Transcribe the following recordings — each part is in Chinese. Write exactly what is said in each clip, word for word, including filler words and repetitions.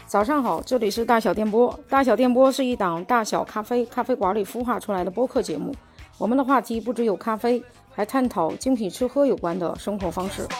早上好，这里是大小电波。大小电波是一档大小咖啡咖啡馆里孵化出来的播客节目。我们的话题不只有咖啡，还探讨精品吃喝有关的生活方式。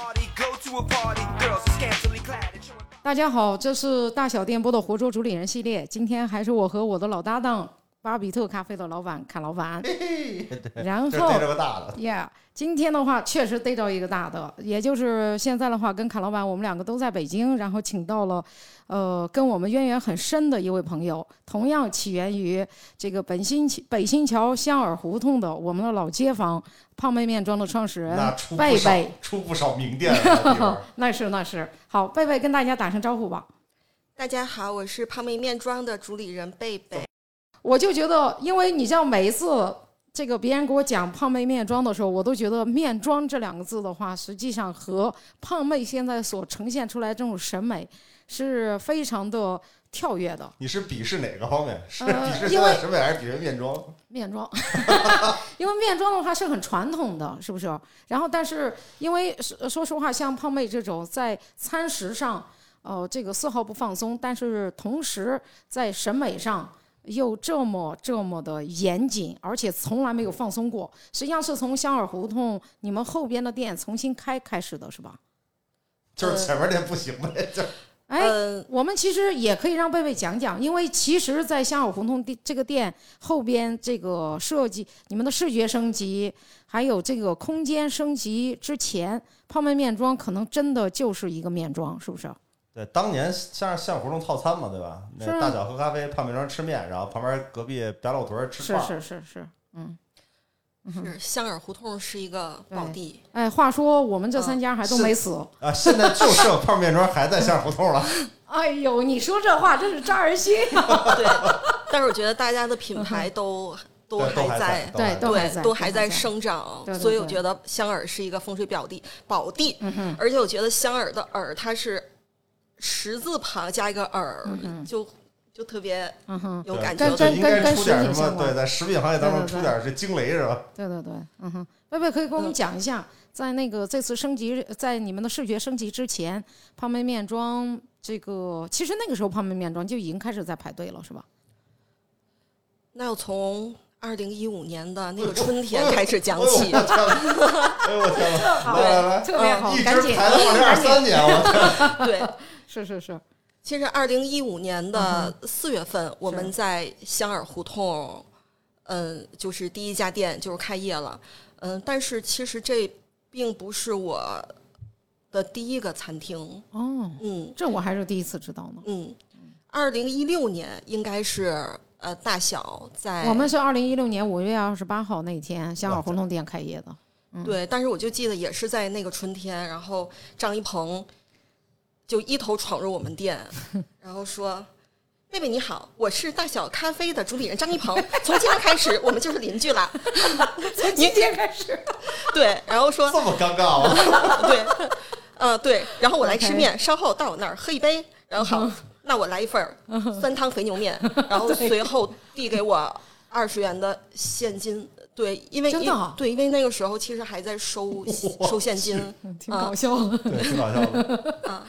大家好，这是大小电波的活捉主理人系列。今天还是我和我的老搭档巴比特咖啡的老板侃老板。 嘿嘿， 然后逮着个大的 yeah, 今天的话确实逮着一个大的，也就是现在的话跟侃老板我们两个都在北京，然后请到了呃跟我们渊源很深的一位朋友，同样起源于这个本新北新桥香饵胡同的我们的老街坊胖妹面庄的创始人贝贝， 出不少名店了那是那是。好，贝贝跟大家打声招呼吧。 大家好，我是胖妹面庄的主理人贝贝。 我就觉得，因为你知道每一次这个别人给我讲胖妹面庄的时候，我都觉得面庄这两个字的话，实际上和胖妹现在所呈现出来这种审美是非常的跳跃的。 你是鄙视哪个方面？是呃、 鄙视现在审美还是鄙视面庄？ 面庄因为面庄的话是很传统的，是不是？然后但是因为说实话，像胖妹这种在餐食上呃，这个丝毫不放松，但是同时在审美上又这么这么的严谨，而且从来没有放松过。实际上是从香饵胡同你们后边的店重新开开始的是吧？ 就是前面店不行呗、呃、 哎、呃，我们其实也可以让贝贝讲讲，因为其实在香饵胡同这个店后边这个设计，你们的视觉升级还有这个空间升级之前，泡面面庄可能真的就是一个面庄，是不是？ 对，当年像像胡同套餐嘛，对吧？那大脚喝咖啡，泡面庄吃面，然后旁边隔壁炸肉屯吃串。 是是是是，嗯， 是香饵胡同是一个宝地。 哎，话说我们这三家还都没死啊，现在就剩泡面庄还在香饵胡同了。 哎呦，你说这话真是扎人心啊！对，但是我觉得大家的品牌都。都还在， 对， 都还在， 都还在生长， 对对对， 所以我觉得香饵是一个风水宝地，宝地。 嗯、 而且我觉得香饵的饵，它是十字旁加一个饵， 嗯、 就就特别有感觉。 跟应该出点什么？ 对，在食品行业当中出点是惊雷是吧？ 对对对，嗯哼，贝贝可以跟我们讲一下，嗯、在那个这次升级，在你们的视觉升级之前，胖妹面庄这个，其实那个时候胖妹面庄就已经开始在排队了，是吧？ 那要从二零一五年的那个春天开始讲起。 哎呦我天哪！来来来， 特别好， 一直排到二零二三年，我天。对， 是是是。 其实二零一五年的四月份，我们在香饵胡同，嗯，就是第一家店就是开业了，嗯，但是其实这并不是我的第一个餐厅。 哦， 嗯， 这我还是第一次知道呢。 嗯，二零一六年应该是。呃，大小在我们是二零一六年五月二十八号那天香饵胡同店开业的、 嗯，对。但是我就记得也是在那个春天，然后张一鹏就一头闯入我们店，然后说：“贝贝你好，我是大小咖啡的主理人张一鹏，从今天开始我们就是邻居了。” 从今天开始， 对，然后说这么尴尬吗？ 对，呃对，然后我来吃面， okay. 稍后到我那儿喝一杯，然后好。嗯那我来一份酸汤肥牛面，然后随后递给我二十元的现金。对，因为真的、啊、 对，因为那个时候其实还在收收现金， 挺搞笑的， 啊、对，挺搞笑的。 啊，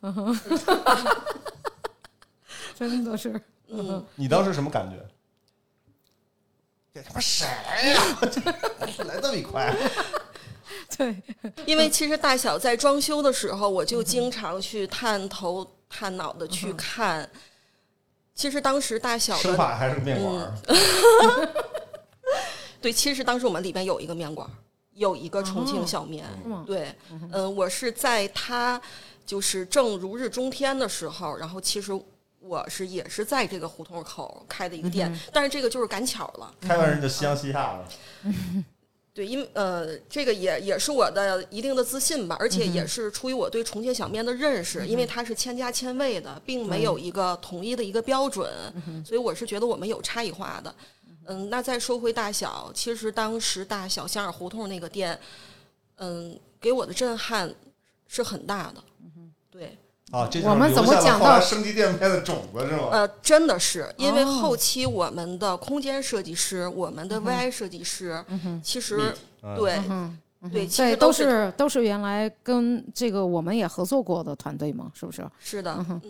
真的是。 嗯， 你当时什么感觉？这他妈谁呀？来这么一块。 对， 因为其实大小在装修的时候，我就经常去探头。探脑的去看、嗯，其实当时大小的生怕还是个面馆、 嗯、对，其实当时我们里边有一个面馆，有一个重庆小面、 哦、 对，嗯、呃，我是在它就是正如日中天的时候，然后其实我是也是在这个胡同口开的一个店、嗯、但是这个就是赶巧了， 开完人就夕阳西下了、 嗯对，因为呃，这个也也是我的一定的自信吧，而且也是出于我对重庆小面的认识，嗯、因为它是千家千味的，并没有一个统一的一个标准， 嗯、 所以我是觉得我们有差异化的。嗯，那再说回大小，其实当时大小香饵胡同那个店，嗯，给我的震撼是很大的。 嗯、 对。 啊，这我们怎么讲到升级店面的种子是吗？ 呃，真的是，因为后期我们的空间设计师、哦、我们的 V I 设计师， 嗯、 其实、嗯、对、 嗯、 对，其实都是都是原来跟这个我们也合作过的团队嘛，是不是？ 是的，嗯，嗯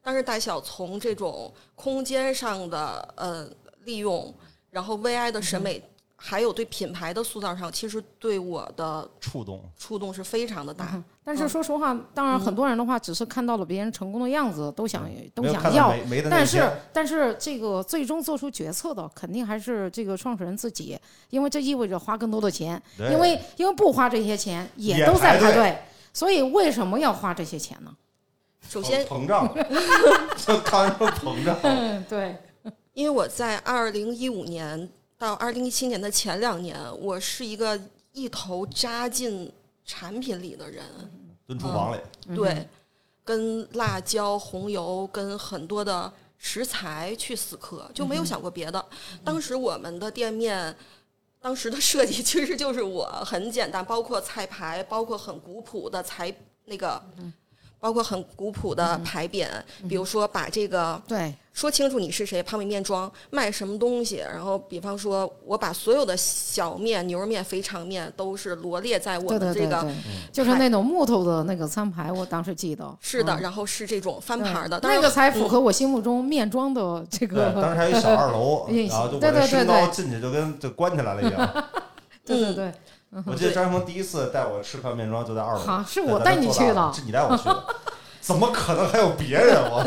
但是大小从这种空间上的呃利用，然后 V I 的审美。嗯还有对品牌的塑造上，其实对我的触动触动是非常的大。 嗯、但是说实话，嗯、当然很多人的话，只是看到了别人成功的样子，都想、 嗯、 都想要。但是但是这个最终做出决策的，肯定还是这个创始人自己，因为这意味着花更多的钱。因为因为不花这些钱，也都在排队。所以为什么要花这些钱呢？ 首先膨胀，就看完说膨胀。 嗯，对。 因为我在二零一五年。到二零一七年的前两年，我是一个一头扎进产品里的人， 蹲厨房里、 嗯，对，跟辣椒、红油，跟很多的食材去死磕，就没有想过别的。嗯、当时我们的店面，当时的设计其实就是我很简单，包括菜牌，包括很古朴的菜那个。嗯包括很古朴的牌匾、嗯，比如说把这个对说清楚你是谁，胖面面庄卖什么东西，然后比方说我把所有的小面、牛肉面、肥肠面都是罗列在我们这个， 对对对对就是那种木头的那个餐牌，我当时记得是的、 嗯， 然后是这种翻牌的， 那个才符合我心目中面庄的这个。 对，当时还有一小二楼，然后就我这身高进去就跟就关起来了一样。 对对对。 嗯、我记得张一峰第一次带我吃泡面庄就在二楼， 好，是我带你去的， 是你带我去的，怎么可能还有别人我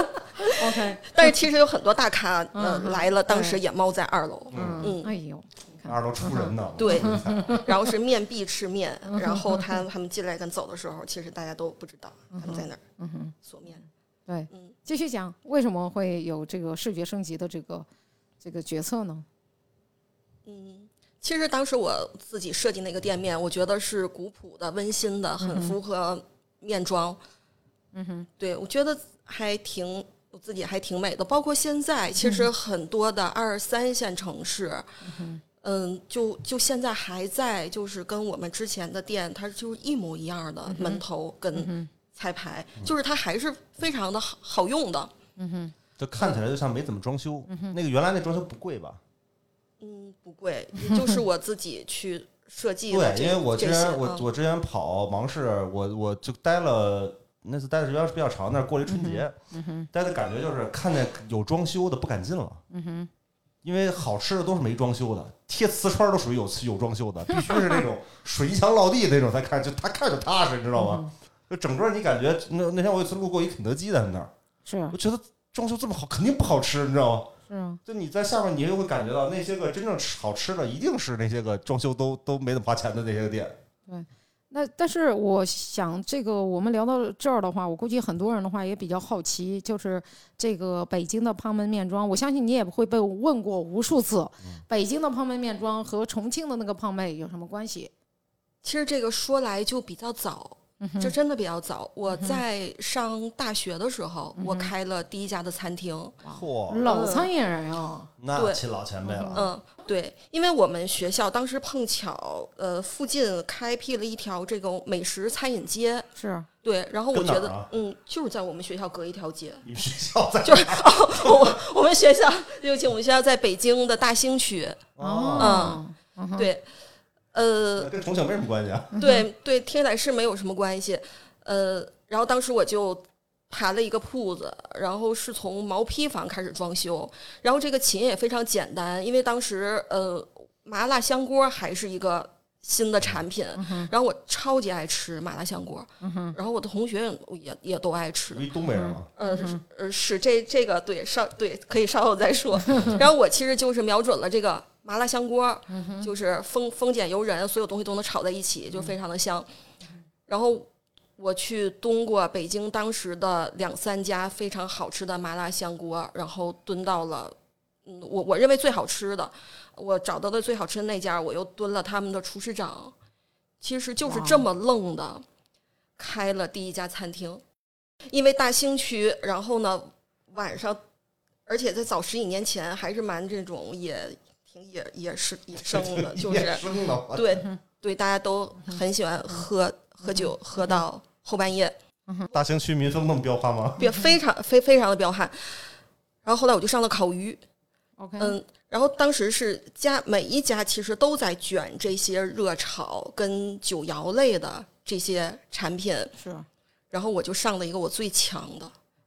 ？OK， 但是其实有很多大咖呃、嗯、来了，当时也猫在二楼， 嗯嗯，哎呦， 二楼出人呢， 对，然后是面必吃面，然后他他们进来跟走的时候，其实大家都不知道他们在哪儿， 嗯哼， 锁面， 对，嗯，继续讲为什么会有这个视觉升级的这个这个决策呢？ 嗯。其实当时我自己设计那个店面，我觉得是古朴的、温馨的，很符合面庄。 嗯哼， 对，我觉得还挺，我自己还挺美的。包括现在，其实很多的二三线城市，嗯，嗯就就现在还在，就是跟我们之前的店，它就是一模一样的门头跟菜牌，嗯、就是它还是非常的好好用的。 嗯哼， 就看起来就像没怎么装修。嗯、那个原来那装修不贵吧？ 嗯，不贵，也就是我自己去设计的。 对，因为我之前我、 嗯、 我之前跑芒市，我我就待了那次待的时间比较长，那过了一春节， 嗯哼， 待的感觉就是看见有装修的不敢进了， 嗯哼， 因为好吃的都是没装修的，贴瓷砖都属于有有装修的，必须是那种水泥墙落地那种才看，就他看着踏实，你知道吗？嗯、就整个你感觉那那天我有一次路过一肯德基在那儿， 是， 我觉得装修这么好，肯定不好吃，你知道吗？ 是啊， 就你在下面，你就会感觉到那些个真正好吃的，一定是那些个装修都都没怎么花钱的那些个店。 对，那但是我想，这个我们聊到这儿的话，我估计很多人的话也比较好奇，就是这个北京的胖焖面庄，我相信你也会被问过无数次，嗯、北京的胖焖面庄和重庆的那个胖妹有什么关系？ 其实这个说来就比较早。这真的比较早，我在上大学的时候， 嗯、 我开了第一家的餐厅。 嚯， 老餐饮人啊！ 那亲老前辈了。 嗯，对，因为我们学校当时碰巧，呃，附近开辟了一条这个美食餐饮街。 是。 对，然后我觉得， 啊、 嗯，就是在我们学校隔一条街。 你们学校在？ 就是哦，我我们学校，对不起，我们学校在北京的大兴区。 哦。 嗯，对。呃， 跟重庆没什么关系啊。 对对，天台市没有什么关系。呃，然后当时我就盘了一个铺子，然后是从毛坯房开始装修，然后这个起因也非常简单，因为当时呃麻辣香锅还是一个新的产品， 嗯、 然后我超级爱吃麻辣香锅， 嗯、 然后我的同学也也都爱吃。 你东北人吗？ 呃呃是这这个对稍对可以稍后再说。然后我其实就是瞄准了这个。麻辣香锅、 嗯、 就是丰丰俭由人，所有东西都能炒在一起，就非常的香。 嗯、 然后我去蹲过北京当时的两三家非常好吃的麻辣香锅，然后蹲到了，嗯，我我认为最好吃的，我找到的最好吃的那家，我又蹲了他们的厨师长，其实就是这么愣的开了第一家餐厅。因为大兴区，然后呢晚上，而且在早十几年前还是蛮这种也。挺野野生野生的，就是对对，大家都很喜欢喝喝酒，喝到后半夜。 大兴区民风那么彪悍吗？ 非常非非常的彪悍。然后后来我就上了烤鱼， OK， 嗯，然后当时是家每一家其实都在卷这些热炒跟酒肴类的这些产品， 是。 然后我就上了一个我最强的。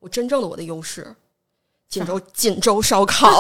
我真正的我的优势，锦州锦州烧烤。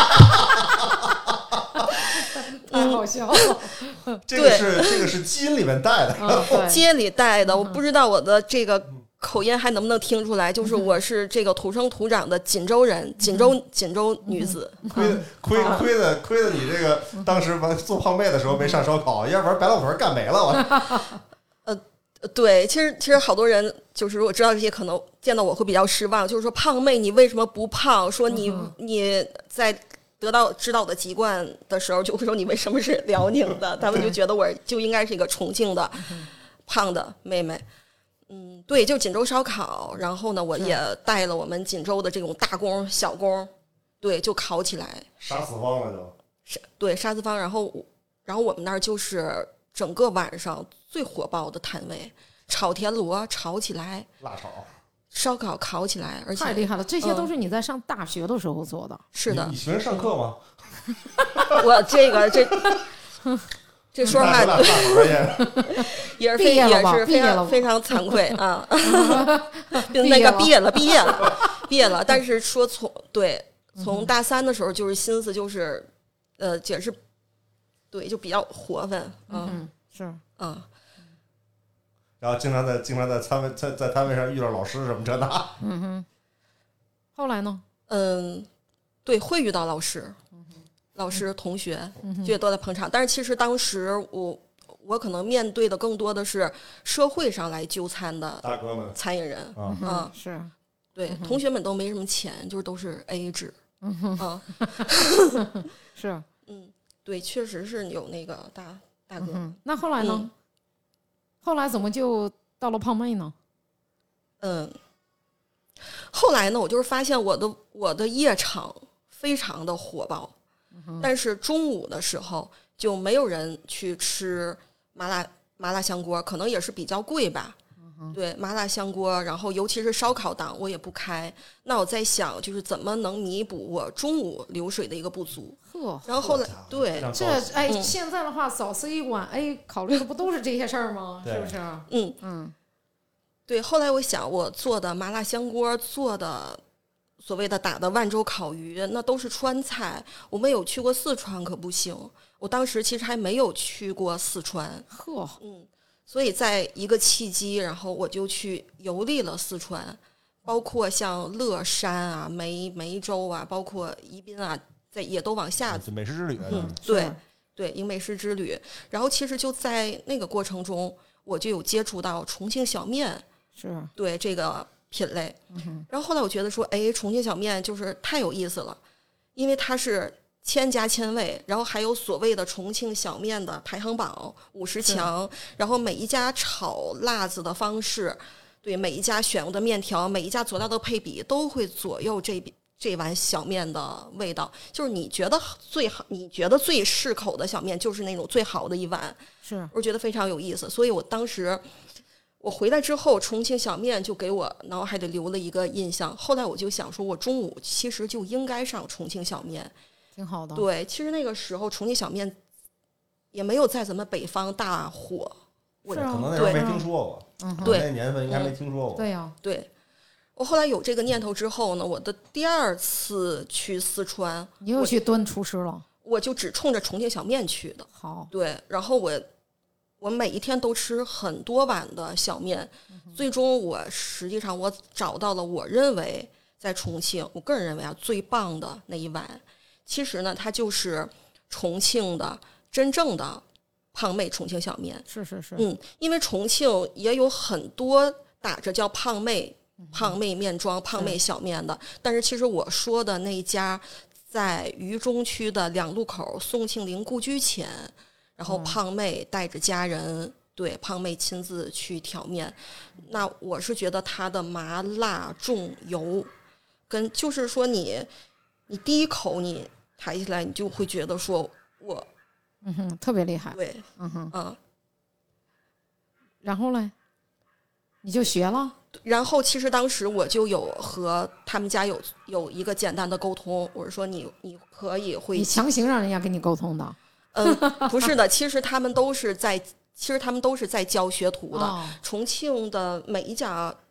太好笑了。 这个是这个是基因里面带的， 嗯、 基因里带的。我不知道我的这个口音还能不能听出来，就是我是这个土生土长的锦州人，锦州锦州女子。 亏亏亏的亏的你这个当时完做胖妹的时候没上烧烤，要不然白老婆干没了我。 呃，对，其实其实好多人就是如果知道这些，可能见到我会比较失望，就是说胖妹你为什么不胖？说你你在。得到知道我的籍贯的时候，就会说你为什么是辽宁的？他们就觉得我就应该是一个重庆的胖的妹妹。嗯，对，就锦州烧烤。然后呢，我也带了我们锦州的这种大工、小工，对，就烤起来。 杀死方了就。 是，对，杀死方。然后，然后我们那儿就是整个晚上最火爆的摊位，炒田螺炒起来， 辣炒。 烧烤烤起来，而且太厉害了！这些都是你在上大学的时候做的。 嗯、是的， 你学生上课吗？ 我这个这这说话也是非也是非常非常惭愧啊。那个毕业了，毕业了，毕业了。但是说从对从大三的时候，就是心思就是呃，也是对，就比较活泛。 嗯，嗯是嗯。 然后经常在经常在摊位在在摊位上遇到老师什么这那， 嗯哼。后来呢？ 嗯，对，会遇到老师、嗯、老师同学，就都在捧场。但是其实当时我我可能面对的更多的是社会上来就餐的大哥们、 餐饮人啊、 嗯嗯， 是对、嗯，同学们都没什么钱，就是都是 A A 制， 嗯哼啊， 是， 嗯，对，确实是有那个大大哥。 嗯、那后来呢？嗯后来怎么就到了胖妹呢？ 嗯，后来呢，我就是发现我的我的夜场非常的火爆、嗯，但是中午的时候就没有人去吃麻辣麻辣香锅，可能也是比较贵吧。嗯、对，麻辣香锅，然后尤其是烧烤档我也不开。那我在想，就是怎么能弥补我中午流水的一个不足。 呵， 然后后来对这哎、嗯，现在的话早 C 一馆哎，考虑的不都是这些事儿吗？是不是？ 嗯嗯， 对。后来我想，我做的麻辣香锅，做的所谓的打的万州烤鱼，那都是川菜。我没有去过四川可不行。我当时其实还没有去过四川。 呵， 嗯。所以在一个契机，然后我就去游历了四川，包括像乐山啊、梅梅州啊，包括宜宾啊，在也都往下。 美食之旅。 嗯，对对，一个美食之旅。然后其实就在那个过程中，我就有接触到重庆小面， 是对这个品类。 嗯、 然后后来我觉得说，哎，重庆小面就是太有意思了，因为它是千家千味，然后还有所谓的重庆小面的排行榜五十强，然后每一家炒辣子的方式，对每一家选用的面条，每一家佐料的配比都会左右这这碗小面的味道。就是你觉得最好，你觉得最适口的小面，就是那种最好的一碗。 是， 我觉得非常有意思。所以我当时我回来之后，重庆小面就给我脑海里留了一个印象。后来我就想说，我中午其实就应该上重庆小面。 挺好的。 对，其实那个时候重庆小面也没有在咱们北方大火，我可能那时候没听说过， 嗯， 对， 那年份应该没听说过。 嗯、对呀、啊， 对。我后来有这个念头之后呢，我的第二次去四川， 你又去蹲厨师了， 我就只冲着重庆小面去的。 好， 对，然后我我每一天都吃很多碗的小面，嗯、最终我实际上我找到了我认为在重庆，我个人认为啊最棒的那一碗。其实呢，它就是重庆的真正的胖妹重庆小面。 是是是， 嗯，因为重庆也有很多打着叫胖妹、胖妹面庄、胖妹小面的，但是其实我说的那家在渝中区的两路口宋庆龄故居前，然后胖妹带着家人，嗯、对，胖妹亲自去挑面。那我是觉得它的麻辣重油，跟就是说你你第一口你抬起来，你就会觉得说我， 嗯哼，特别厉害。 对， 嗯哼， 嗯。 然后呢，你就学了。 然后其实当时我就有和他们家有有一个简单的沟通，我是说你你可以会， 你强行让人家跟你沟通的？ 嗯，不是的，其实他们都是在，其实他们都是在教学徒的。 哦、 重庆的每一家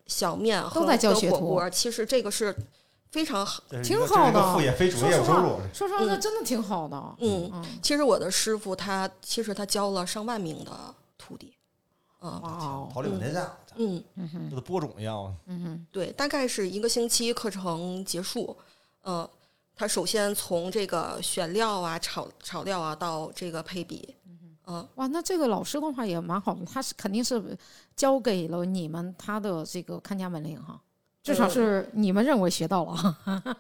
小面和都在教学徒火锅，其实这个是非常好， 挺好的， 副业非主业务收入。 说实话，那真的挺好的。 嗯，嗯其实我的师傅他其实他教了上万名的徒弟。嗯， 哇， 桃李满天下， 嗯， 这都播种一样。 嗯哼， 对，大概是一个星期课程结束。嗯、呃，他首先从这个选料啊、炒炒料啊到这个配比。嗯， 哇，那这个老师的话也蛮好的，他是肯定是教给了你们他的这个看家本领哈，至少是你们认为学到了。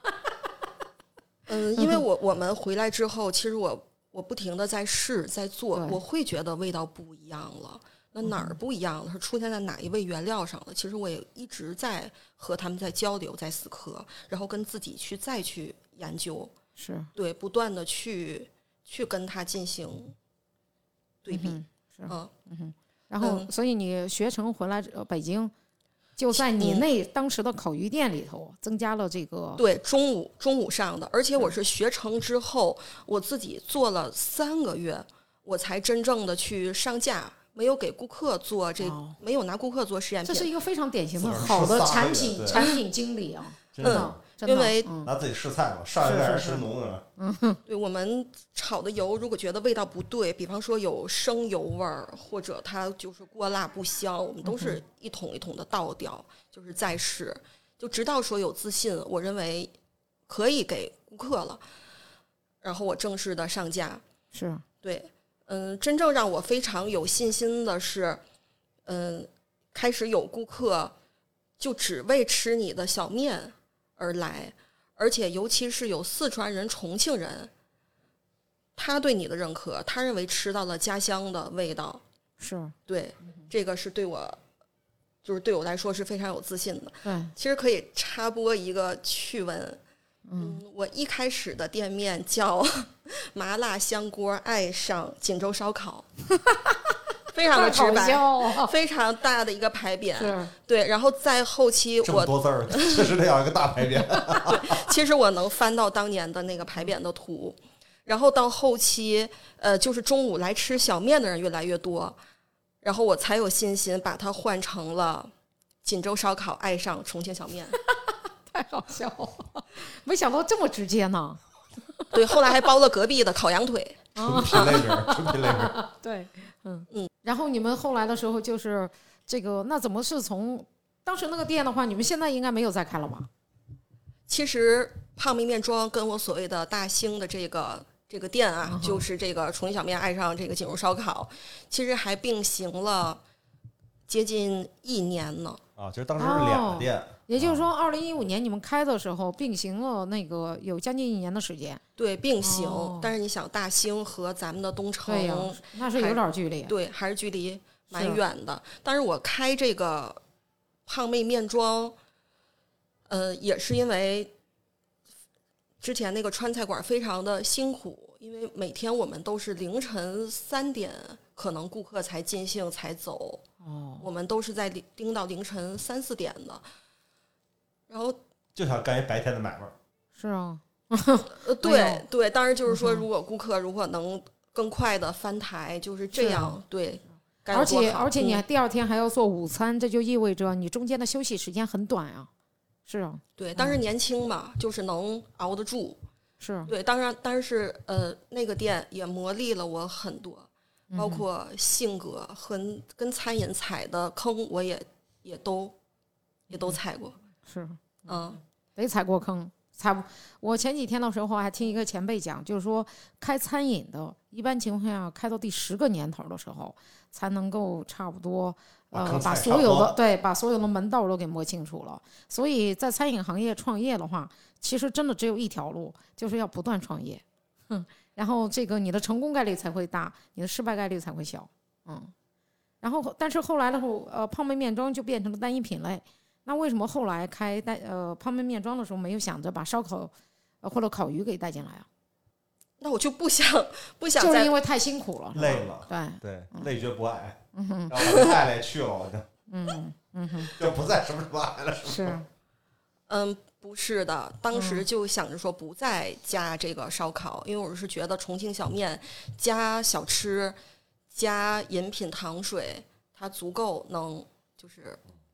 嗯，因为我我们回来之后，其实我我不停的在试在做，我会觉得味道不一样了。那哪儿不一样了？是出现在哪一味原料上了？其实我也一直在和他们在交流，在死磕，然后跟自己去再去研究， 是对，不断的去去跟他进行对比。 嗯、是嗯嗯哼，然后、嗯、所以你学成回来呃北京。就在你那当时的烤鱼店里头增加了这个、 嗯、对中午中午上的，而且我是学成之后我自己做了三个月，我才真正的去上架，没有给顾客做这、哦、没有拿顾客做实验品。 这是一个非常典型的好的产品产品经理啊，真的。 因为、 嗯、 拿自己试菜嘛，上一个人吃浓的。 嗯， 对，我们炒的油如果觉得味道不对，比方说有生油味儿，或者它就是过辣不香，我们都是一桶一桶的倒掉，就是再试，就直到说有自信，我认为可以给顾客了，然后我正式的上架。 是对，嗯，真正让我非常有信心的是，嗯，开始有顾客就只为吃你的小面而来，而且尤其是有四川人、重庆人，他对你的认可，他认为吃到了家乡的味道， 是对，这个是对我，就是对我来说是非常有自信的。 对， 其实可以插播一个趣闻，嗯，我一开始的店面叫麻辣香锅爱上锦州烧烤。非常的直白、哦、非常大的一个牌匾，对，然后在后期我这么多字儿，确实得要一个大牌匾。 对，其实我能翻到当年的那个牌匾的图，然后到后期，呃，就是中午来吃小面的人越来越多，然后我才有信心把它换成了锦州烧烤爱上重庆小面。 太好笑了，没想到这么直接呢。 对，后来还包了隔壁的烤羊腿。 纯品类名，纯品类名。 对，嗯嗯。然后你们后来的时候就是这个，那怎么是从当时那个店的话，你们现在应该没有再开了吧？ 其实胖妹面庄跟我所谓的大兴的这个这个店啊，嗯、就是这个重庆小面爱上这个锦州烧烤，其实还并行了接近一年呢。 啊，其实当时是两个店。哦， 也就是说，二零一五年你们开的时候并行了那个有将近一年的时间。 对，并行。哦、但是你想，大兴和咱们的东城， 对呀，那是有点距离。 对，还是距离蛮远的。但是我开这个胖妹面庄，呃，也是因为之前那个川菜馆非常的辛苦，因为每天我们都是凌晨三点，可能顾客才尽兴才走。 哦， 我们都是在盯到凌晨三四点的。然后就想干一白天的买卖。 是啊， 呃，对对，当然就是说，如果顾客如果能更快的翻台，就是这样。 啊、 对， 而且而且你还第二天还要做午餐，嗯、这就意味着你中间的休息时间很短啊。是啊， 对，当时年轻嘛，嗯、就是能熬得住。 是对，当然，但是呃，那个店也磨砺了我很多，包括性格和跟餐饮踩的坑，我也也都也都踩过。 是， 嗯， 得踩过坑，踩。我前几天的时候还听一个前辈讲，就是说开餐饮的，一般情况下开到第十个年头的时候，才能够差不多，呃，把所有的对，把所有的门道都给摸清楚了。所以在餐饮行业创业的话，其实真的只有一条路，就是要不断创业，哼，然后这个你的成功概率才会大，你的失败概率才会小，嗯。然后，但是后来的时候，呃，胖妹面庄就变成了单一品类。那为什么后来开带呃胖妹面庄的时候没有想着把烧烤，呃或者烤鱼给带进来啊？ 那我就不想不想， 就是因为太辛苦了， 累了， 对对，累觉不爱， 嗯哼， 然后把爱来去了，我就， 嗯嗯哼， 就不再什么什么爱了， 是， 嗯，不是的，当时就想着说不再加这个烧烤，嗯、因为我是觉得重庆小面加小吃加饮品糖水，它足够能就是。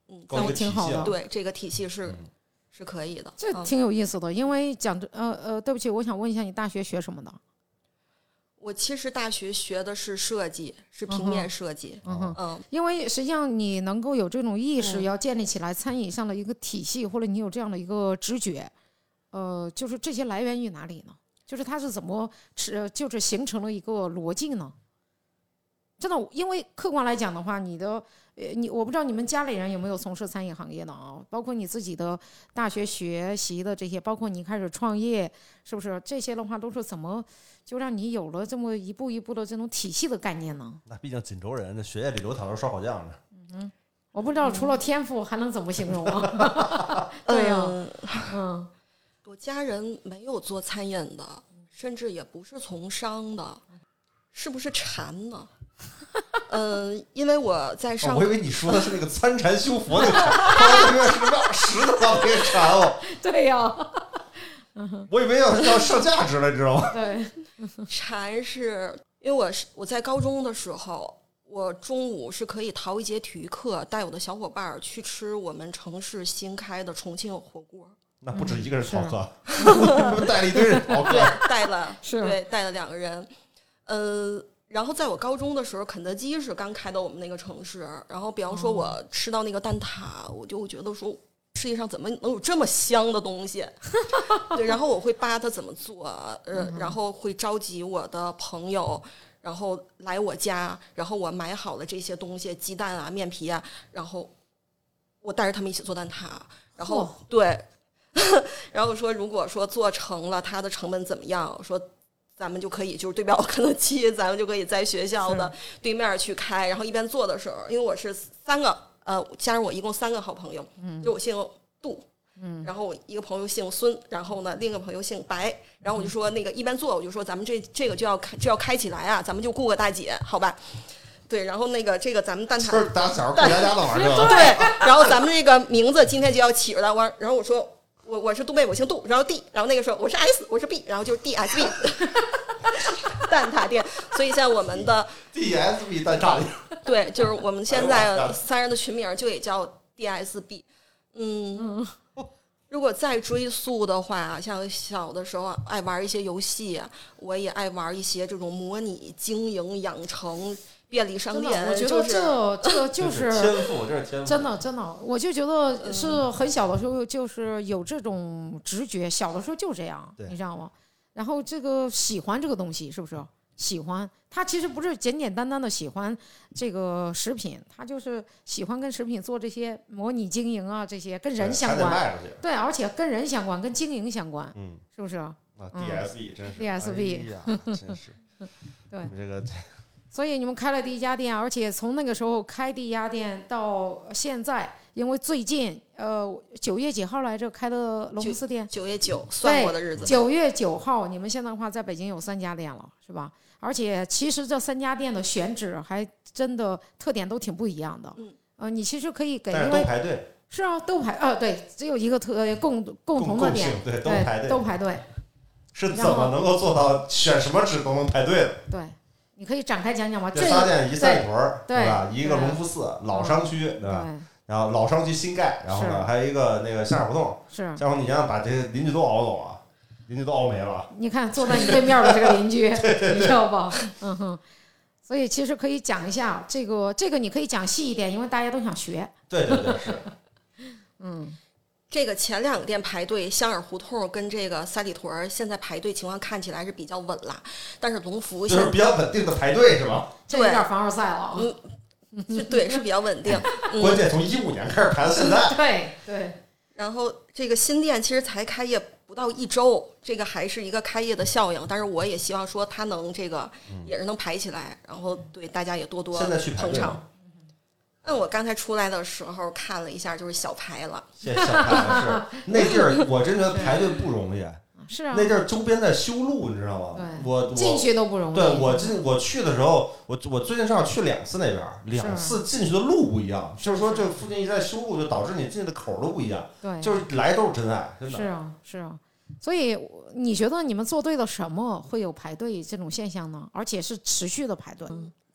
嗯， 搞一个挺好的体系啊对这个体系是、 嗯是可以的。 这嗯挺有意思的，因为讲着呃呃，对不起，我想问一下，你大学学什么的？ 我其实大学学的是设计，是平面设计。 嗯哼， 嗯， 因为实际上你能够有这种意识， 嗯要建立起来餐饮上的一个体系，或者你有这样的一个直觉，呃，就是这些来源于哪里呢？就是它是怎么是就是形成了一个逻辑呢？真的，因为客观来讲的话，你的呃，你我不知道你们家里人有没有从事餐饮行业的啊？包括你自己的大学学习的这些，包括你开始创业，是不是这些的话都是怎么就让你有了这么一步一步的这种体系的概念呢？ 那毕竟锦州人，这血液里流淌着烧烤酱的。 我不知道除了天赋还能怎么形容啊？对呀、 嗯嗯， 我家人没有做餐饮的，甚至也不是从商的，是不是馋呢？嗯，因为我在上， 哦我以为你说的是那个参禅修佛那个禅，后来是个石头上那个禅哦， 对呀、 我以为要要上价值了，你知道吗？ 对， 馋是因为我是我在高中的时候，我中午是可以逃一节体育课，带我的小伙伴儿去吃我们城市新开的重庆火锅。 那不止一个人逃课，他们带了一堆人逃课对。，带了是对带了两个人，呃。然后在我高中的时候，肯德基是刚开到我们那个城市。然后，比方说我吃到那个蛋挞，我就觉得说，世界上怎么能有这么香的东西？对，然后我会扒它怎么做，呃，然后会召集我的朋友，然后来我家，然后我买好了这些东西，鸡蛋啊、面皮啊，然后我带着他们一起做蛋挞，然后、 哦对，然后说如果说做成了，它的成本怎么样？说。咱们就可以就是对标肯德基，咱们就可以在学校的对面去开，然后一边做的时候，因为我是三个，呃，加上我一共三个好朋友，嗯，就我姓杜，嗯，然后我一个朋友姓孙，然后呢另一个朋友姓白，然后我就说那个一边做，我就说咱们这这个就要开就要开起来啊，咱们就雇个大姐，好吧？对，然后那个这个咱们蛋挞不是打小过家家的玩意儿， 对，然后咱们这个名字今天就要起着了，我然后我说。我我是杜妹，我姓杜，然后 D， 然后那个时候我是 S， 我是 B， 然后就是 D S B， 蛋挞店。所以像我们的 D S B 蛋挞店， 对，就是我们现在哎呦三人的群名就也叫 D S B。嗯，如果再追溯的话，像小的时候爱玩一些游戏，我也爱玩一些这种模拟经营养成便利商真的， 店。 我觉得就是这这个就这是天赋，这是天赋， 真的真的，我就觉得是很小的时候就是有这种直觉，小的时候就这样， 对你知道吗？然后这个喜欢这个东西是不是？喜欢它其实不是简简单单的喜欢这个食品，它就是喜欢跟食品做这些模拟经营啊，这些跟人相还得关， 卖出去。 对，而且跟人相关，跟经营相关， 嗯， 是不是？ 啊，D S B 真是 D S B 哎呀，真是， 对你这个所以你们开了第一家店，而且从那个时候开第一家店到现在，因为最近呃九月几号来着开的龙福寺店？ 九月九算过的日子。 九月九号，你们现在的话在北京有三家店了，是吧？而且其实这三家店的选址还真的特点都挺不一样的。 嗯， 呃，你其实可以给， 但是因为都排队， 是啊，都排啊，对，只有一个特共共同的点， 共性对，都对， 排队， 都排队。 是怎么能够做到选什么址都能排队的？ 对，你可以展开讲讲吗？ 这仨店一三里屯儿， 对吧？一个对隆福寺老商区，对吧？ 对， 然后老商区新盖，然后呢是还有一个那个香海胡同， 是。 然后你想把这些邻居都熬走啊，邻居都熬没了。 你看坐在你对面的这个邻居，你知道吧？嗯哼。所以其实可以讲一下这个，这个你可以讲细一点，因为大家都想学。 对对对，是。 嗯， 这个前两个店排队，香尔胡同跟这个三里屯儿现在排队情况看起来是比较稳啦，但是隆福现在就是比较稳定的排队是吧？ 这有点凡尔赛了啊。 嗯，是对，是比较稳定。嗯、 关键从一五年开始排到现在。 对对。 然后这个新店其实才开业不到一周，这个还是一个开业的效应。但是我也希望说它能这个也是能排起来，然后对大家也多多现在去排捧场队吗。 那我刚才出来的时候看了一下，就是小排了。 现在小排是那地儿，我真觉得排队不容易。 是啊， 那地儿周边在修路，你知道吗？ 对， 我我进去都不容易。 对我进我去的时候，我我最近正好去两次那边，两次进去的路不一样，就是说这附近一直在修路，就导致你进去的口都不一样。 对， 就是来都是真爱，真的。 是啊，是啊。所以你觉得你们做对了什么，会有排队这种现象呢？而且是持续的排队。 嗯，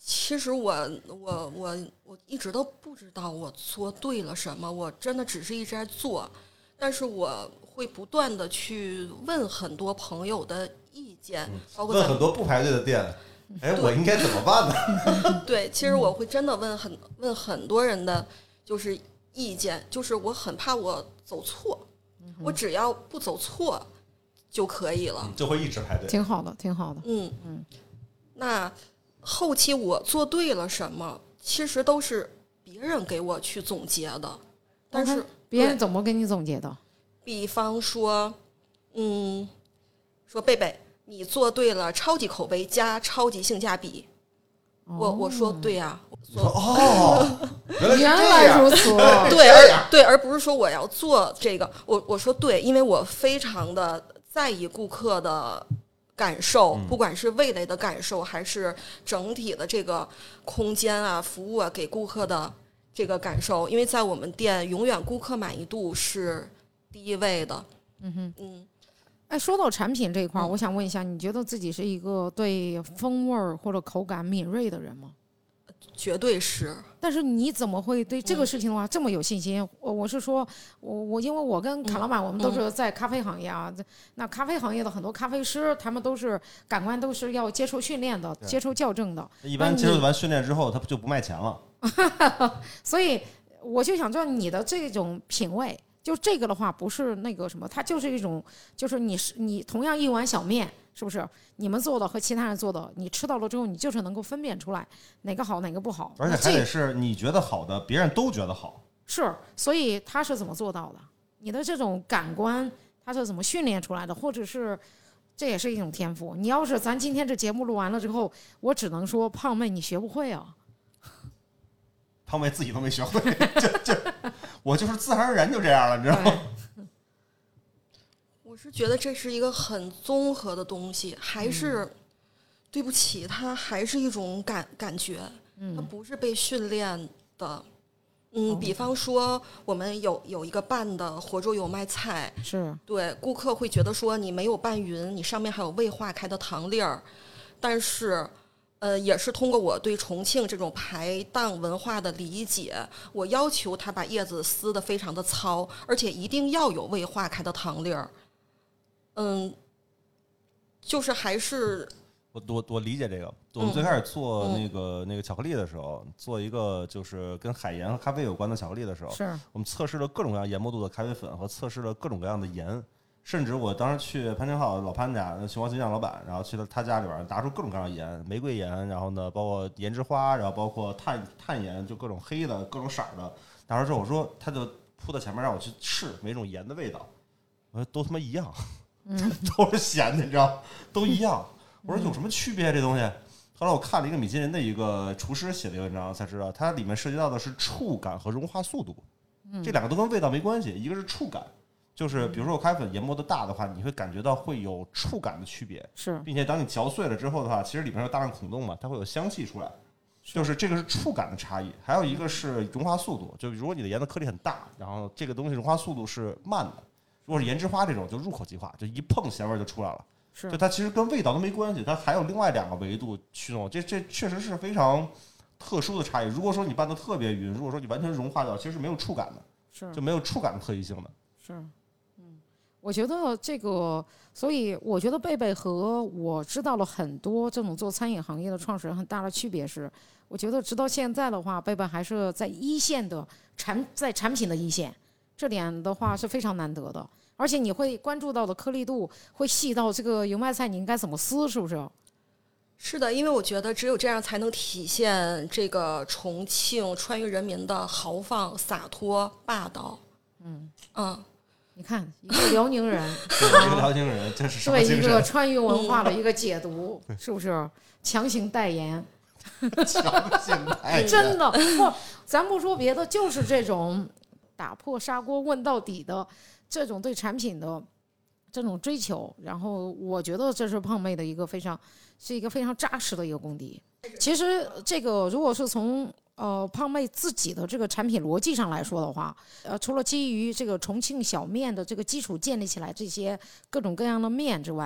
其实我我我我一直都不知道我做对了什么，我真的只是一直在做，但是我会不断的去问很多朋友的意见，嗯、包括问很多不排队的店，哎，我应该怎么办呢？ 对，其实我会真的问很问很多人的就是意见，就是我很怕我走错，嗯、我只要不走错就可以了， 嗯、就会一直排队， 挺好的，挺好的。 嗯嗯，那。后期我做对了什么，其实都是别人给我去总结的，但是别人怎么给你总结的？ 比方说，嗯，说贝贝，你做对了超级口碑加超级性价比。哦、我我说对呀、啊， 说哦， 原来如此， 对，而对，而不是说我要做这个，我我说对，因为我非常的在意顾客的感受，不管是味蕾的感受，还是整体的这个空间啊、服务啊，给顾客的这个感受，因为在我们店，永远顾客满意度是第一位的。 嗯哼， 嗯， 哎，说到产品这一块、嗯，我想问一下，你觉得自己是一个对风味或者口感敏锐的人吗？ 绝对是。 但是你怎么会对这个事情的话、嗯、这么有信心？我我是说，我我因为我跟卡老板、嗯、我们都是在咖啡行业啊、嗯，那咖啡行业的很多咖啡师，他们都是感官都是要接受训练的，接受校正的。 一般接受完训练之后，他就不卖钱了。 所以我就想知道你的这种品味。就这个的话，不是那个什么，它就是一种，就是你是你同样一碗小面，是不是？你们做的和其他人做的，你吃到了之后，你就是能够分辨出来哪个好，哪个不好。 而且还得是你觉得好的，别人都觉得好。 是，所以他是怎么做到的？你的这种感官，他是怎么训练出来的？或者是这也是一种天赋？你要是咱今天这节目录完了之后，我只能说胖妹你学不会啊。 胖妹自己都没学会，就就我就是自然而然就这样了，你知道吗？ 我是觉得这是一个很综合的东西，还是、嗯、对不起，它还是一种感感觉，嗯、它不是被训练的。嗯，哦、比方说我们有有一个拌的活捉油麦菜， 是对顾客会觉得说你没有拌匀，你上面还有未化开的糖粒儿，但是。呃，也是通过我对重庆这种排档文化的理解，我要求他把叶子撕得非常的糙，而且一定要有未化开的糖粒儿。嗯，就是还是我我我理解这个。我们最开始做那个、嗯、那个巧克力的时候，做一个就是跟海盐和咖啡有关的巧克力的时候， 是我们测试了各种各样研磨度的咖啡粉和测试了各种各样的盐。甚至我当时去潘天浩老潘家，熊猫金匠老板，然后去了他家里边拿出各种各样的盐，玫瑰盐，然后呢，包括盐之花，然后包括碳碳盐，就各种黑的、各种色的。拿出之后，我说他就铺在前面让我去试每种盐的味道，我说都他妈一样，嗯、都是咸的，你知道，都一样。我说有什么区别这东西？后来我看了一个米其林的一个厨师写的一个文章，才知道它里面涉及到的是触感和融化速度，这两个都跟味道没关系，一个是触感。就是比如说我咖啡粉研磨的大的话，你会感觉到会有触感的区别， 是， 并且当你嚼碎了之后的话，其实里面有大量孔洞嘛，它会有香气出来，就是这个是触感的差异。还有一个是融化速度，就如果你的盐的颗粒很大，然后这个东西融化速度是慢的。如果是盐之花这种，就入口即化，就一碰咸味就出来了。 是， 就它其实跟味道都没关系，它还有另外两个维度驱动，这这确实是非常特殊的差异。如果说你拌得特别匀，如果说你完全融化掉，其实是没有触感的， 是， 就没有触感的特异性的。 是。我觉得这个，所以我觉得贝贝和我知道了很多这种做餐饮行业的创始人很大的区别是，我觉得直到现在的话，贝贝还是在一线的产，在产品的一线，这点的话是非常难得的。而且你会关注到的颗粒度会细到这个油麦菜你应该怎么撕，是不是？ 是的，因为我觉得只有这样才能体现这个重庆川渝人民的豪放、洒脱、霸道。 嗯嗯。 你看，一个辽宁人， 一个辽宁人，这是什么精神？ 对一个川渝文化的一个解读，嗯、是不是？强行代言， 强行代言， 真的不，咱不说别的，就是这种打破砂锅问到底的这种对产品的这种追求，然后我觉得这是胖妹的一个非常是一个非常扎实的一个功底。其实这个如果是从呃，胖妹自己的这个产品逻辑上来说的话，呃，除了基于这个重庆小面的这个基础建立起来这些各种各样的面之外，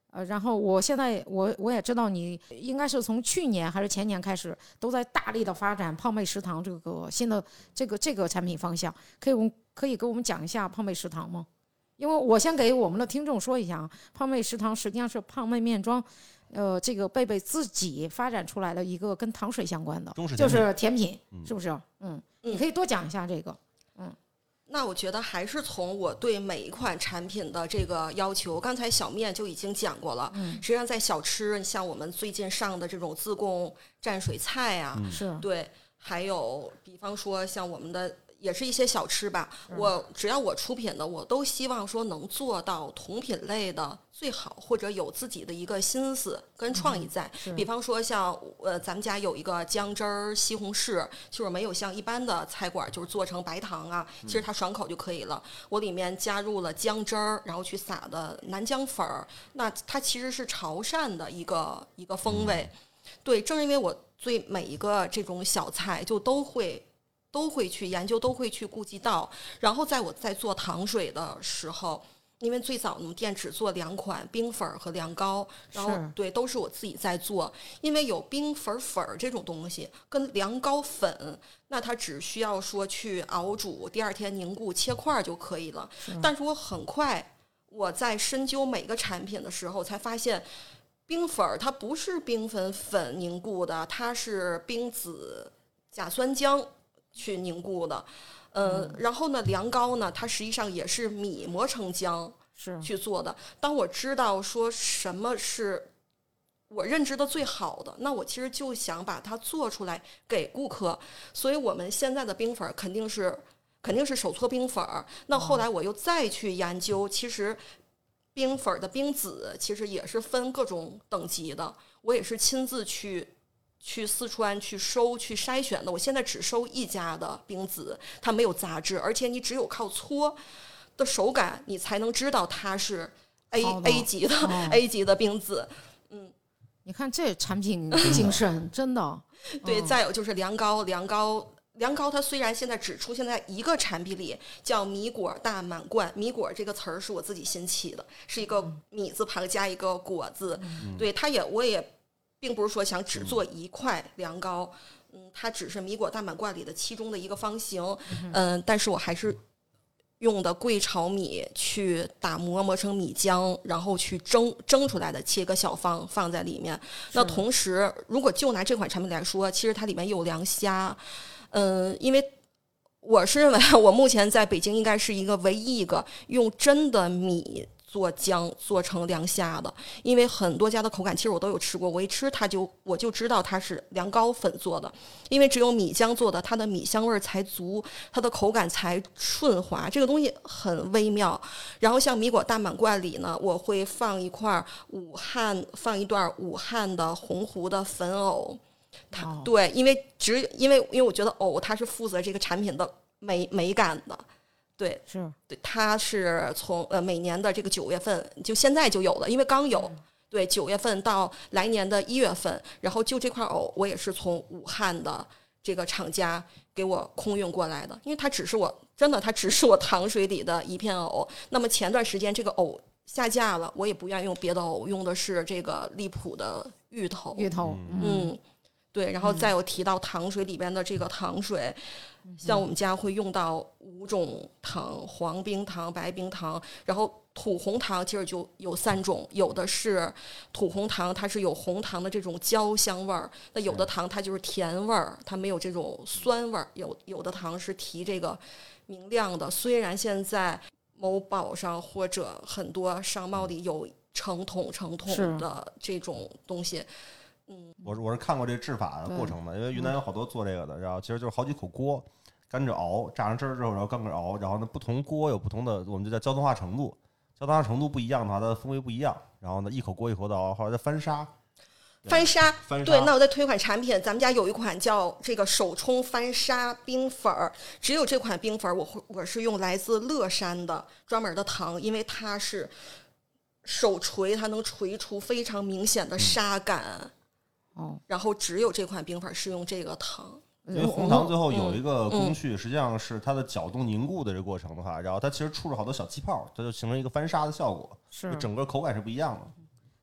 呃，然后我现在我我也知道你应该是从去年还是前年开始都在大力的发展胖妹食堂这个新的这个这个产品方向，可以可以给我们讲一下胖妹食堂吗？因为我先给我们的听众说一下啊，胖妹食堂实际上是胖妹面妆，呃，这个贝贝自己发展出来的一个跟糖水相关的，就是甜品，嗯、是不是？嗯，你可以多讲一下这个，嗯。 那我觉得还是从我对每一款产品的这个要求，刚才小面就已经讲过了。嗯，实际上在小吃，像我们最近上的这种自贡蘸水菜啊， 嗯、是对，还有比方说像我们的。也是一些小吃吧，我只要我出品的，我都希望说能做到同品类的最好，或者有自己的一个心思跟创意在。 嗯、 比方说像呃，咱们家有一个姜汁儿西红柿，就是没有像一般的菜馆就是做成白糖啊，其实它爽口就可以了。我里面加入了姜汁儿，然后去撒的南姜粉儿，那它其实是潮汕的一个一个风味。对，正因为我对每一个这种小菜就都会。都会去研究，都会去顾及到。然后在我在做糖水的时候，因为最早我们店只做两款冰粉和凉糕，然后对都是我自己在做。因为有冰粉粉这种东西跟凉糕粉，那它只需要说去熬煮，第二天凝固切块就可以了。但是我很快我在深究每个产品的时候，才发现冰粉它不是冰粉粉凝固的，它是冰子甲酸浆去凝固的，呃、嗯，然后呢，凉糕呢，它实际上也是米磨成浆去做的。当我知道说什么是我认知的最好的，那我其实就想把它做出来给顾客。所以我们现在的冰粉肯定是肯定是手搓冰粉。那后来我又再去研究，其实冰粉的冰子其实也是分各种等级的，我也是亲自去。去四川去收去筛选的，我现在只收一家的冰子，它没有杂质，而且你只有靠搓的手感，你才能知道它是 A A 级的、哦、A 级的冰子。嗯， 你看这产品精神真的。 对，再有就是凉糕，凉糕。凉糕它虽然现在只出现在一个产品里，叫米果大满贯。米果这个词儿是我自己新起的，是一个米字旁加一个果字。嗯、对，它也我也。并不是说想只做一块凉糕，嗯，它只是米果大满贯里的其中的一个方形，嗯、呃，但是我还是用的桂炒米去打磨磨成米浆，然后去蒸蒸出来的，切个小方放在里面。那同时，如果就拿这款产品来说，其实它里面有凉虾，嗯、呃，因为我是认为我目前在北京应该是一个唯一一个用真的米。做姜做成凉虾的，因为很多家的口感其实我都有吃过，我一吃它就我就知道它是凉糕粉做的，因为只有米浆做的，它的米香味才足，它的口感才顺滑，这个东西很微妙。然后像米果大满贯里呢，我会放一块武汉放一段武汉的洪湖的粉藕，它、哦、对，因为只因为因为我觉得藕它是负责这个产品的美美感的。对， 是对，它是从呃每年的这个九月份，就现在就有了，因为刚有，嗯、对，九月份到来年的一月份，然后就这块藕，我也是从武汉的这个厂家给我空运过来的，因为它只是我真的，它只是我糖水里的一片藕。那么前段时间这个藕下架了，我也不愿意用别的藕，用的是这个荔浦的芋头， 芋头， 嗯。嗯对，然后再有提到糖水里边的这个糖水，嗯、像我们家会用到五种糖，黄冰糖、白冰糖，然后土红糖其实就有三种，有的是土红糖，它是有红糖的这种焦香味儿，那有的糖它就是甜味儿，它没有这种酸味儿，有有的糖是提这个明亮的。虽然现在某宝上或者很多商贸里有成桶成桶的这种东西。嗯， 我是我是看过这制法的过程的，因为云南有好多做这个的，然后其实就是好几口锅，干着熬，榨上汁儿之后，然后干着熬，然后呢不同锅有不同的，我们就叫焦糖化程度，焦糖化程度不一样的话，它的风味不一样。然后呢，一口锅一口的熬，后来再翻砂， 翻砂， 翻砂。 对，那我再推一款产品，咱们家有一款叫这个手冲翻砂冰粉儿，只有这款冰粉儿，我会我是用来自乐山的专门的糖，因为它是手锤，它能锤出非常明显的砂感。嗯哦， 然后只有这款冰粉是用这个糖， 因为红糖最后有一个工序，嗯、实际上是它的搅动凝固的这个过程的话，然后它其实出了好多小气泡，它就形成一个翻砂的效果， 是整个口感是不一样的。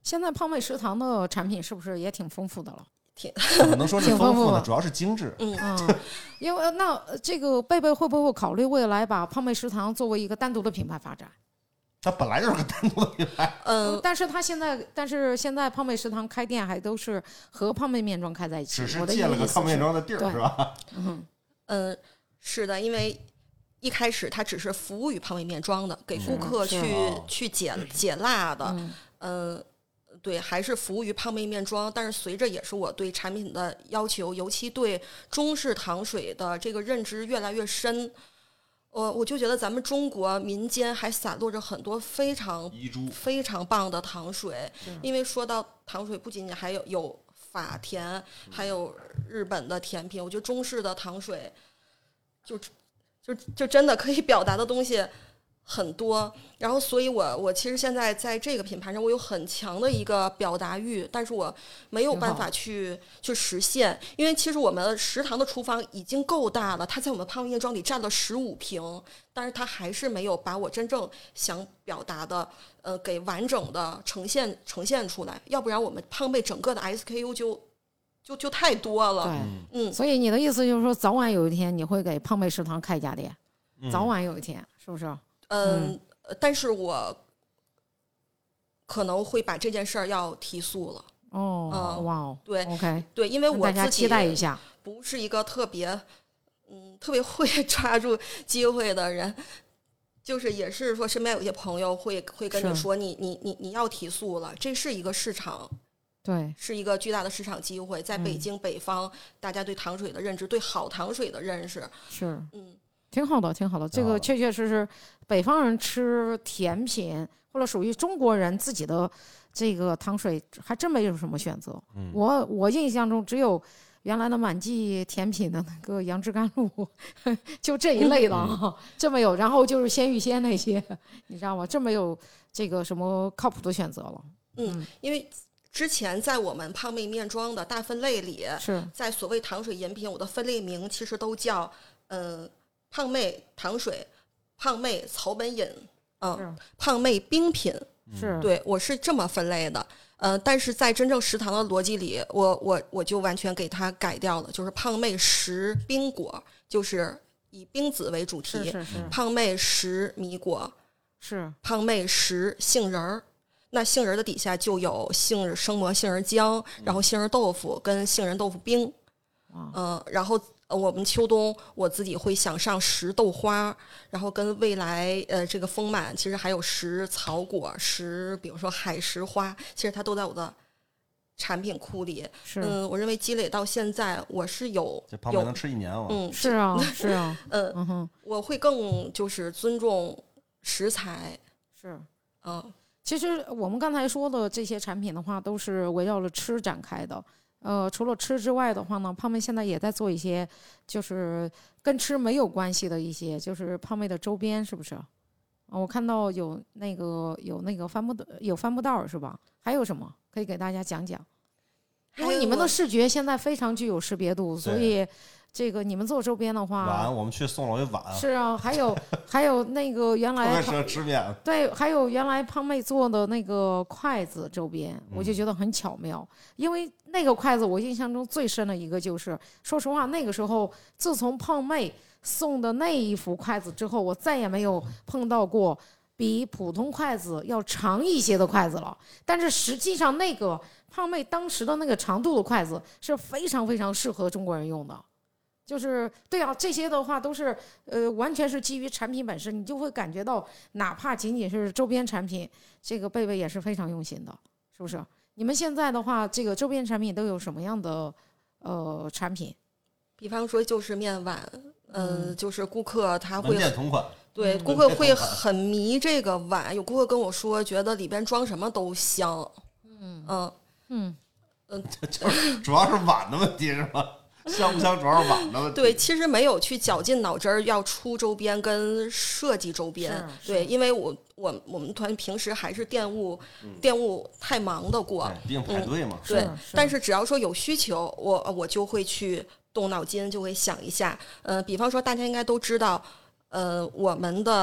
现在胖妹食堂的产品是不是也挺丰富的了？ 挺不能说是丰富的， 挺丰富的主要是精致。 嗯， 嗯，因为那呃这个贝贝会不会考虑未来把胖妹食堂作为一个单独的品牌发展？ 它本来就是个单独的品牌。 嗯， 但是他现在，但是现在胖妹食堂开店还都是和胖妹面庄开在一起， 只是我的借了个胖妹面意思是庄的地儿， 对是吧？ 嗯嗯，是的，因为一开始它只是服务于胖妹面庄的，给顾客是去、 哦去解解辣的， 嗯嗯。对，还是服务于胖妹面庄，但是随着也是我对产品的要求，尤其对中式糖水的这个认知越来越深，我我就觉得咱们中国民间还散落着很多非常遗珠非常棒的糖水是， 因为说到糖水，不仅仅还有有法甜，还有日本的甜品，我觉得中式的糖水就就就真的可以表达的东西很多，然后所以我我其实现在在这个品牌上，我有很强的一个表达欲，但是我没有办法去去实现，因为其实我们食堂的厨房已经够大了，它在我们胖妹面庄里占了十五平，但是它还是没有把我真正想表达的呃给完整的呈现呈现出来，要不然我们胖妹整个的 S K U 就就就太多了。 对， 嗯， 所以你的意思就是说，早晚有一天你会给胖妹食堂开一家店， 嗯早晚有一天，是不是？ 嗯，呃但是我可能会把这件事儿要提速了。 哦， 嗯哇哦， 对 ，OK， 对，因为我大家自己期待一下。 不是一个特别嗯特别会抓住机会的人，就是也是说身边有些朋友会会跟你是说你你你你要提速了，这是一个市场。 对， 是一个巨大的市场机会，在北嗯京北方，大家对糖水的认知，对好糖水的认识， 是， 嗯， 挺好的，挺好的。这挺好的个确确实实，北方人吃甜品或者属于中国人自己的这个糖水，还真没有什么选择。 嗯我我印象中只有原来的满记甜品的那个杨枝甘露，就这一类的啊，这么有。然后就是鲜芋仙那些，你知道吗？这么有这个什么靠谱的选择了。 嗯，因为之前在我们胖妹面庄的大分类里， 是在所谓糖水饮品，我的分类名其实都叫呃胖妹糖水、胖妹草本饮，嗯、 是胖妹冰品， 是， 对我是这么分类的。呃，但是在真正食堂的逻辑里，我我我就完全给它改掉了，就是胖妹食冰果，就是以冰子为主题； 是是是胖妹食米果， 是胖妹食杏仁儿。那杏仁儿的底下就有杏仁生磨杏仁浆，然后杏仁豆腐跟杏仁豆腐冰， 哇嗯、然后呃我们秋冬我自己会想上食豆花，然后跟未来呃这个丰满，其实还有食草果、食比如说海石花，其实它都在我的产品库里。 是嗯，我认为积累到现在，我是有这胖妹有能吃一年哦。 嗯是啊是啊， 嗯， 嗯哼， 我会更就是尊重食材， 是。 嗯。 其实我们刚才说的这些产品的话，都是围绕着吃展开的。呃，除了吃之外的话呢，胖妹现在也在做一些，就是跟吃没有关系的一些，就是胖妹的周边，是不是？啊，我看到有那个有那个帆布有帆布袋是吧？还有什么可以给大家讲讲？因为你们的视觉现在非常具有识别度，所以这个你们做周边的话， 碗我们去送了一碗， 是啊，还有还有那个原特别来适合吃面。 对，还有原来胖妹做的那个筷子周边， 嗯我就觉得很巧妙，因为那个筷子我印象中最深的一个就是，说实话，那个时候自从胖妹送的那一副筷子之后，我再也没有碰到过比普通筷子要长一些的筷子了。但是实际上，那个胖妹当时的那个长度的筷子是非常非常适合中国人用的。就是对啊，这些的话都是呃，完全是基于产品本身，你就会感觉到，哪怕仅仅是周边产品，这个贝贝也是非常用心的，是不是？你们现在的话，这个周边产品都有什么样的呃产品？ 比方说就是面碗，嗯、呃，就是顾客他门会店同款， 对嗯顾客会很迷这个碗，有顾客跟我说，觉得里边装什么都香， 嗯嗯嗯嗯， 就是主要是碗的问题是吧？香不香主要是碗的问题。 对，其实没有去绞尽脑汁儿要出周边跟设计周边， 是对，因为我我我们团平时还是店务、 嗯店务太忙的过， 对，毕竟排队嘛。 对是， 但是只要说有需求，我我就会去动脑筋，就会想一下。呃，比方说大家应该都知道，呃，我们的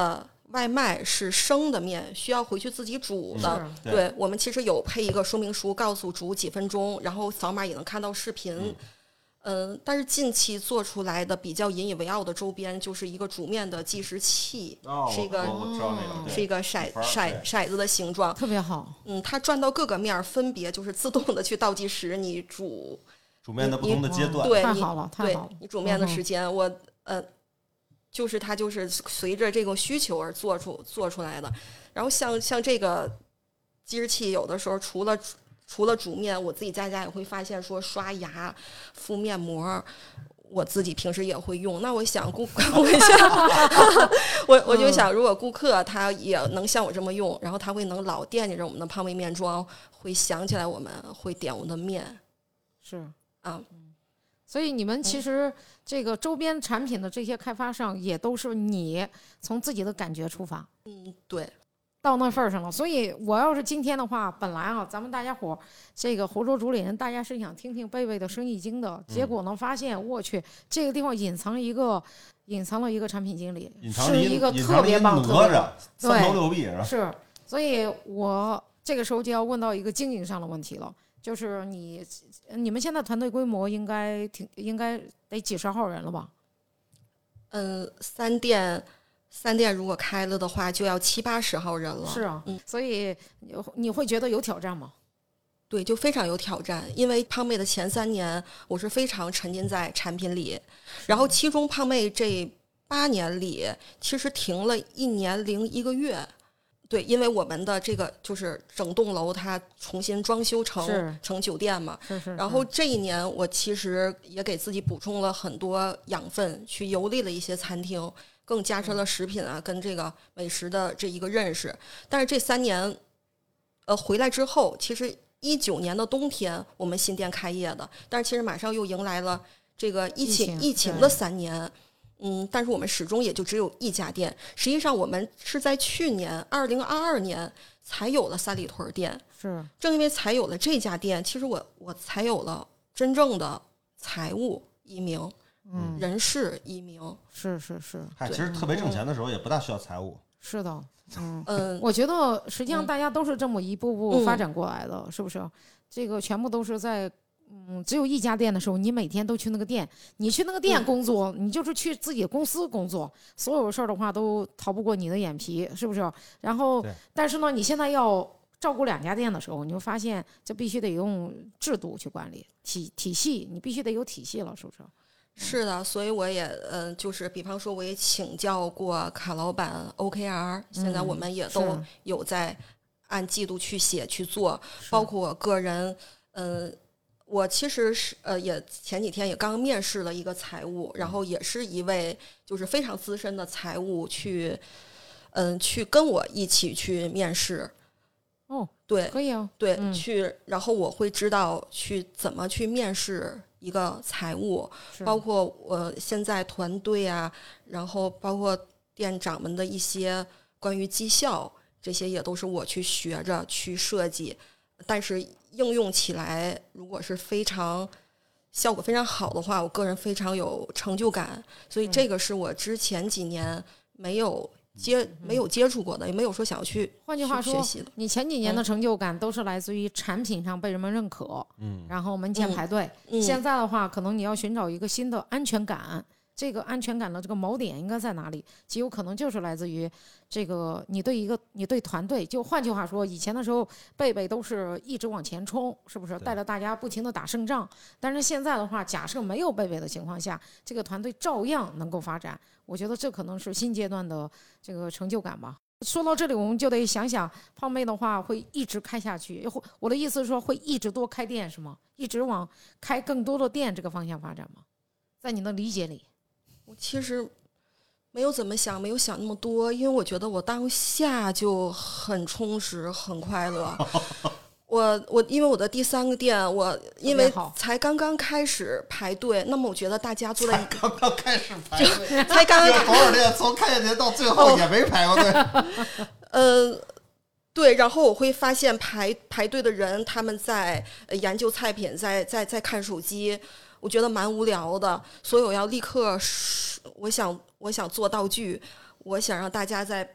外卖是生的面，需要回去自己煮的。 嗯、 对, 对我们其实有配一个说明书，告诉煮几分钟，然后扫码也能看到视频。嗯嗯，但是近期做出来的比较引以为傲的周边，就是一个煮面的计时器， 哦、 是一个我知道那个是一个骰骰骰子的形状， 特别好。 嗯，它转到各个面，分别就是自动的去倒计时，你煮煮面的不同的阶段， 对， 太好了，太好了。 对你煮面的时间，嗯、我呃，就是它就是随着这个需求而做出做出来的。然后像像这个计时器，有的时候除了除了煮面，我自己在家也会发现说刷牙、敷面膜，我自己平时也会用。那我想顾，我想，我我就想，如果顾客他也能像我这么用，然后他会能老惦记着我们的胖妹面庄，会想起来我们会点我们的面， 是啊。 所以你们其实这个周边产品的这些开发上，也都是你从自己的感觉出发。 嗯，对。 到那份儿上了，所以我要是今天的话，本来啊，咱们大家伙这个湖州主理人，大家是想听听贝贝的生意经的，结果呢，发现我去这个地方隐藏了一个，隐藏了一个产品经理，是一个特别棒的， 哪吒三头六臂是是，所以我这个时候就要问到一个经营上的问题了，就是你你们现在团队规模应该挺应该得几十号人了吧？ 嗯，三店。三店如果开了的话，就要七八十号人了。 是啊， 嗯， 所以你会觉得有挑战吗？ 对，就非常有挑战。因为胖妹的前三年，我是非常沉浸在产品里，然后其中胖妹这八年里，其实停了一年零一个月。对，因为我们的这个就是整栋楼它重新装修成成酒店嘛， 是是。 然后这一年我其实也给自己补充了很多养分，去游历了一些餐厅。更加深了食品啊跟这个美食的这一个认识，但是这三年，呃回来之后，其实一九年的冬天我们新店开业的，但是其实马上又迎来了这个疫情疫情的三年，嗯，但是我们始终也就只有一家店。实际上我们是在去年二零二二年才有了三里屯店， 是正因为才有了这家店，其实我我才有了真正的财务移民。嗯，人事移民是是是， 嗨，其实特别挣钱的时候也不大需要财务。 是的，嗯嗯， 我觉得实际上大家都是这么一步步发展过来的，嗯、是不是？这个全部都是在嗯，只有一家店的时候，你每天都去那个店，你去那个店工作，嗯、你就是去自己的公司工作，所有事儿的话都逃不过你的眼皮，是不是？然后，但是呢，你现在要照顾两家店的时候，你就发现这必须得用制度去管理体体系，你必须得有体系了，是不是？ 是的，所以我也嗯、呃，就是比方说，我也请教过卡老板 O K R，、嗯、现在我们也都有在按季度去写去做，包括我个人，嗯、呃，我其实是呃也前几天也刚面试了一个财务，然后也是一位就是非常资深的财务去，嗯、呃，去跟我一起去面试。 哦， 对， 可以啊， 对， 嗯、 去，然后我会知道去怎么去面试一个财务，包括我现在团队啊，然后包括店长们的一些关于绩效，这些也都是我去学着去设计，但是应用起来如果是非常效果非常好的话，我个人非常有成就感，所以这个是我之前几年没有接没有接触过的，也没有说想要去换句话说，你前几年的成就感都是来自于产品上被人们认可，嗯，然后门前排队、嗯嗯、现在的话可能你要寻找一个新的安全感，这个安全感的这个锚点应该在哪里，极有可能就是来自于这个你对一个你对团队，就换句话说，以前的时候贝贝都是一直往前冲，是不是带着大家不停的打胜仗，但是现在的话，假设没有贝贝的情况下，这个团队照样能够发展，我觉得这可能是新阶段的这个成就感吧。说到这里，我们就得想想胖妹的话会一直开下去，我的意思是说会一直多开店是吗？一直往开更多的店这个方向发展吗？在你的理解里？ 我其实没有怎么想，没有想那么多，因为我觉得我当下就很充实很快乐。我我因为我的第三个店，我因为才刚刚开始排队，那么我觉得大家坐在刚刚开始排队， 才刚刚多少店从开店到最后也没排过队。 哦、呃，对，然后我会发现排排队的人他们在研究菜品，在在在看手机。我觉得蛮无聊的，所以我要立刻，我想我想做道具，我想让大家在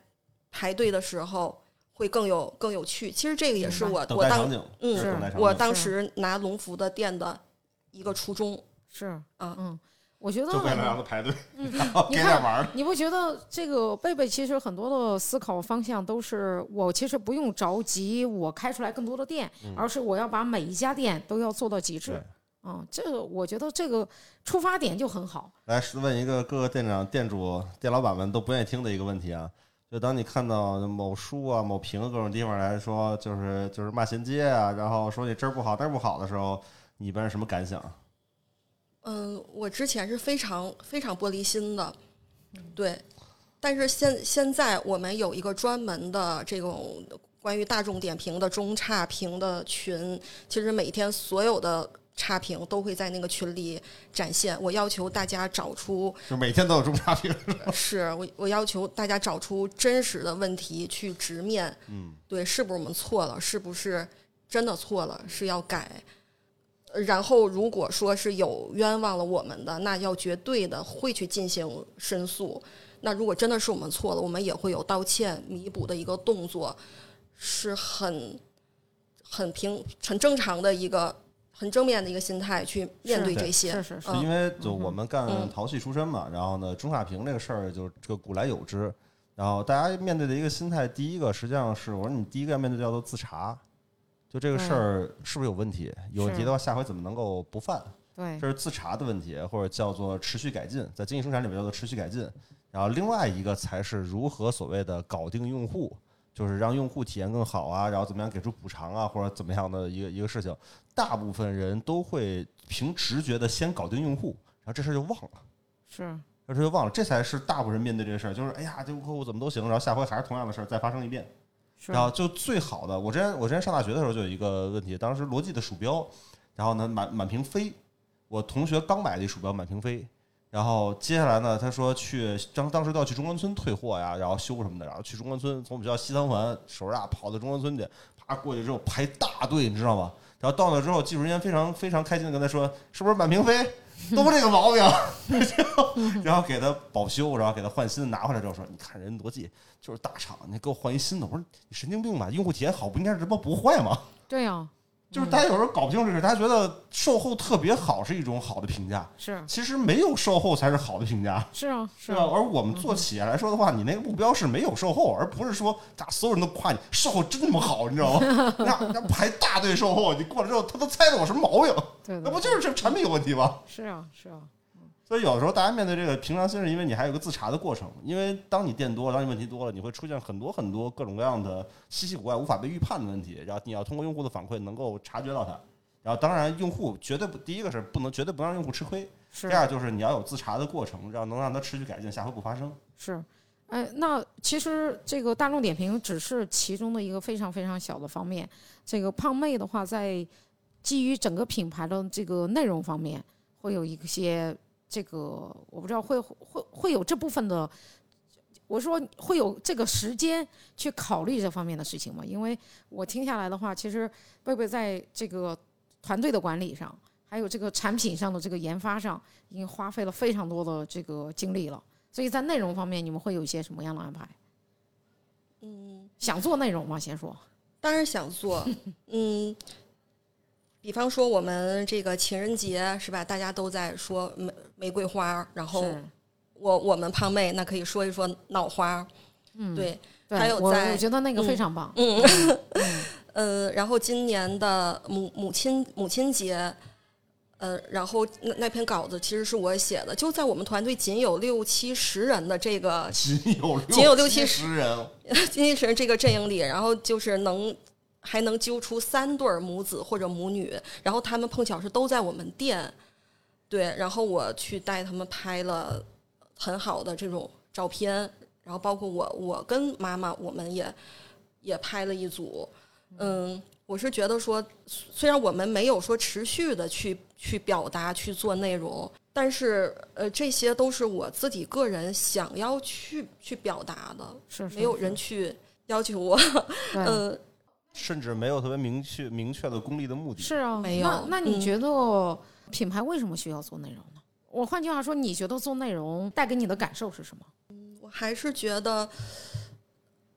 排队的时候会更有更有趣。其实这个也是我我当嗯我当时拿龙福的店的一个初衷。 是啊嗯。我觉得就为了让他排队， 嗯、 然后给点玩。 你不觉得这个贝贝其实很多的思考方向都是我其实不用着急我开出来更多的店， 嗯、 而是我要把每一家店都要做到极致。嗯，这个我觉得这个出发点就很好。 来问一个各个店长、店主、店老板们都不愿意听的一个问题啊，就当你看到某书啊、某评各种地方来说，就是就是骂衔接啊，然后说你这儿不好那儿不好的时候，你一般是什么感想？ 嗯，我之前是非常非常玻璃心的，对，但是现现在我们有一个专门的这种关于大众点评的中差评的群，其实每天所有的差评都会在那个群里展现。我要求大家找出， 就每天都有中差评， 是我我要求大家找出真实的问题去直面， 嗯， 对，是不是我们错了？是不是真的错了？是要改。然后如果说是有冤枉了我们的，那要绝对的会去进行申诉。那如果真的是我们错了，我们也会有道歉弥补的一个动作，是很很平很正常的一个很正面的一个心态去面对这些。 是是是、 嗯、因为就我们干淘系出身嘛、嗯、然后呢中差评这个事儿就这个古来有之，然后大家面对的一个心态，第一个实际上是我说你第一个要面对叫做自查，就这个事儿是不是有问题？有问题的话，下回怎么能够不犯？ 对， 这是自查的问题，或者叫做持续改进，在经济生产里面叫做持续改进。然后另外一个才是如何所谓的搞定用户，就是让用户体验更好啊，然后怎么样给出补偿啊，或者怎么样的一个一个事情。大部分人都会凭直觉的先搞定用户，然后这事就忘了。 是。 这事就忘了，这才是大部分人面对这个事儿，就是哎呀，这个客户怎么都行，然后下回还是同样的事儿再发生一遍。然后就最好的，我之前我之前上大学的时候就有一个问题，当时罗技的鼠标，然后呢满满屏飞，我同学刚买的一鼠标满屏飞，然后接下来呢他说去当当时都要去中关村退货呀，然后修什么的，然后去中关村从我们学校西三环手着大跑到中关村去，啪过去之后排大队，你知道吗？然后到那之后技术人员非常非常开心的跟他说是不是满屏飞？都这个毛病，然后给他保修，然后给他换新的，拿回来之后说：“你看人罗技就是大厂，你给我换一新的。”我说：“你神经病吧？用户体验好不应该是这么不坏吗？” 对呀、啊， 就是大家有时候搞不清这事，大家觉得售后特别好是一种好的评价， 是， 其实没有售后才是好的评价， 是啊，是啊。而我们做企业来说的话，你那个目标是没有售后，而不是说大所有人都夸你售后真他妈好，你知道吗？那那排大队售后，你过了之后，他都猜到我什么毛病， 对对对， 那不就是这产品有问题吗？ 是啊，是啊。 所以有的时候大家面对这个平常心，是因为你还有个自查的过程。因为当你店多了，当你问题多了，你会出现很多很多各种各样的稀奇古怪、无法被预判的问题。然后你要通过用户的反馈能够察觉到它。然后当然，用户绝对不，第一个是不能绝对不让用户吃亏。第二就是你要有自查的过程，让能让它持续改进，下回不发生。 是，哎，那其实这个大众点评只是其中的一个非常非常小的方面。这个胖妹的话，在基于整个品牌的这个内容方面，会有一些。这个我不知道会会会有这部分的，我说会有这个时间去考虑这方面的事情吗？因为我听下来的话，其实贝贝在这个团队的管理上，还有这个产品上的这个研发上，已经花费了非常多的这个精力了。所以在内容方面，你们会有一些什么样的安排？ 嗯， 想做内容吗？先说。 当然想做，嗯。比方说我们这个情人节是吧？大家都在说玫玫瑰花，然后我我们胖妹那可以说一说脑花， 嗯， 对， 对还有在我我觉得那个非常棒， 嗯嗯呃，然后今年的母母亲母亲节，呃，然后那那篇稿子其实是我写的，就在我们团队仅有六七十人的这个仅有仅有六七十人， 仅有十人这个阵营里，然后就是能。还能揪出三对母子或者母女，然后他们碰巧是都在我们店，对，然后我去带他们拍了很好的这种照片，然后包括我我跟妈妈我们也也拍了一组，嗯，我是觉得说，虽然我们没有说持续的去去表达去做内容，但是呃，这些都是我自己个人想要去去表达的， 是是没有人去要求我，嗯。 甚至没有特别明确明确的功利的目的。 是啊， 没有。 那那你觉得品牌为什么需要做内容呢？嗯、我换句话说，你觉得做内容带给你的感受是什么？ 嗯，我还是觉得，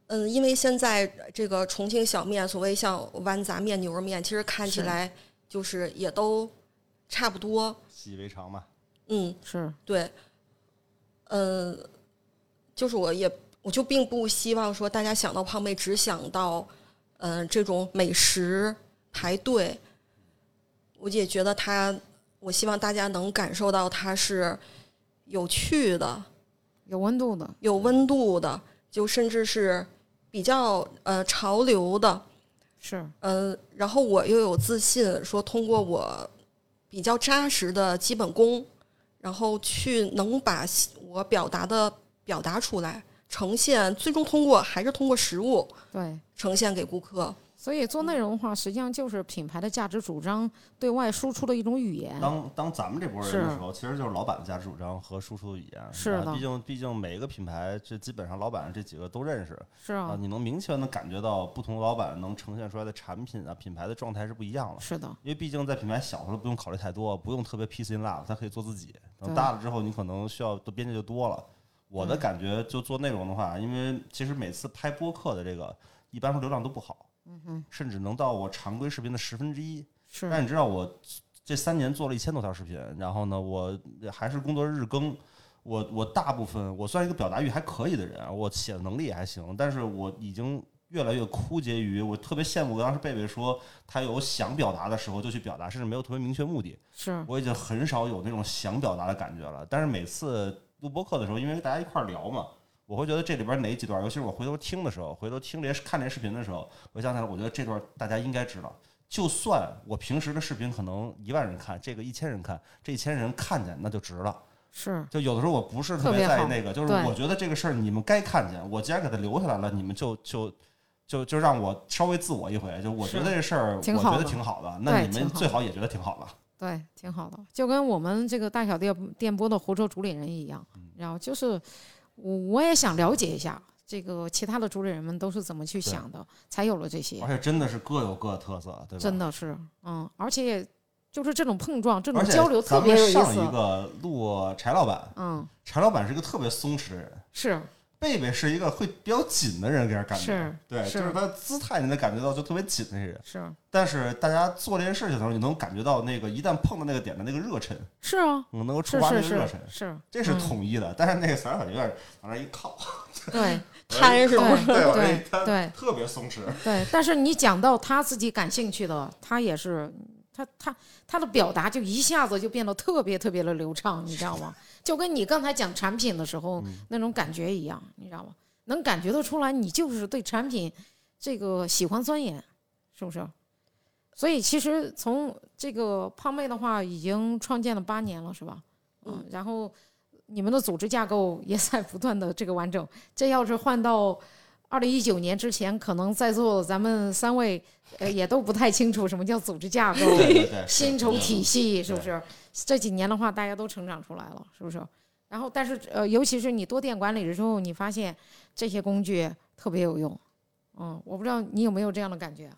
嗯，因为现在这个重庆小面，所谓像豌杂面、牛肉面，其实看起来就是也都差不多， 习以为常嘛。 嗯， 是对，嗯，就是我也我就并不希望说大家想到胖妹只想到，嗯、呃，这种美食排队，我也觉得它，我希望大家能感受到它是有趣的、 有温度的、 有温度的，就甚至是比较呃潮流的， 是嗯、呃，然后我又有自信说通过我比较扎实的基本功，然后去能把我表达的表达出来，呈现，最终通过还是通过实物对呈现给顾客。 所以做内容的话，实际上就是品牌的价值主张对外输出的一种语言。 当当咱们这波人的时候，其实就是老板的价值主张和输出的语言。 是的， 毕竟毕竟每一个品牌，这基本上老板这几个都认识。 是啊， 你能明确的感觉到不同老板能呈现出来的产品啊、品牌的状态是不一样的。 是的， 因为毕竟在品牌小的时候不用考虑太多，不用特别 peace in love， 它可以做自己。等大了之后，你可能需要的边界就多了。我的感觉就做内容的话，因为其实每次拍播客的这个，一般流量都不好。 嗯哼， 甚至能到我常规视频的十分之一。 是， 但你知道我这三年做了一千多条视频，然后呢，我还是工作日更。我我大部分我算是一个表达欲还可以的人，我写的能力也还行，但是我已经越来越枯竭于，我特别羡慕当时贝贝说他有想表达的时候就去表达，甚至没有特别明确目的。 是， 我已经很少有那种想表达的感觉了。但是每次录播客的时候，因为大家一块聊嘛。我会觉得这里边哪几段，尤其是我回头听的时候，回头听这些看这些视频的时候，我想起来，我觉得这段大家应该知道。就算我平时的视频可能一万人看，这个一千人看，这一千人看见那就值了。 是， 就有的时候我不是特别在意那个，就是我觉得这个事儿你们该看见，我既然给它留下来了，你们就就就就让我稍微自我一回，就我觉得这事儿我觉得挺好的，那你们最好也觉得挺好的。 对，挺好的，就跟我们这个大小电电波的湖州主理人一样，然后就是。我我也想了解一下这个其他的主理人们都是怎么去想的，才有了这些。 而且真的是各有各的特色，对吧？ 真的是，嗯，而且就是这种碰撞、这种交流特别有意思。 上一个录柴老板， 嗯， 柴老板是一个特别松弛的人， 是。 贝贝是一个会比较紧的人，给人感觉是， 对， 是就是他姿态你能感觉到就特别紧那些人。 是， 但是大家做这件事情的时候，你能感觉到那个一旦碰到那个点的那个热忱。 是啊， 能够触发那个热忱， 是，是这是统一的。嗯、但是那个小小有点往那一靠， 对， 瘫是吗？ 对对对， 特别松弛。 对，但是你讲到他自己感兴趣的，他也是。他他他的表达就一下子就变得特别特别的流畅，你知道吗？就跟你刚才讲产品的时候、嗯、那种感觉一样，你知道吗？能感觉得出来，你就是对产品这个喜欢钻研，是不是？所以其实从这个胖妹的话，已经创建了八年了，是吧？嗯，然后你们的组织架构也在不断的这个完整。这要是换到二零一九年之前，可能在座咱们三位呃也都不太清楚什么叫组织架构、薪酬体系，是不是？这几年的话，大家都成长出来了，是不是？然后，但是呃，尤其是你多店管理的时候，你发现这些工具特别有用。嗯，我不知道你有没有这样的感觉？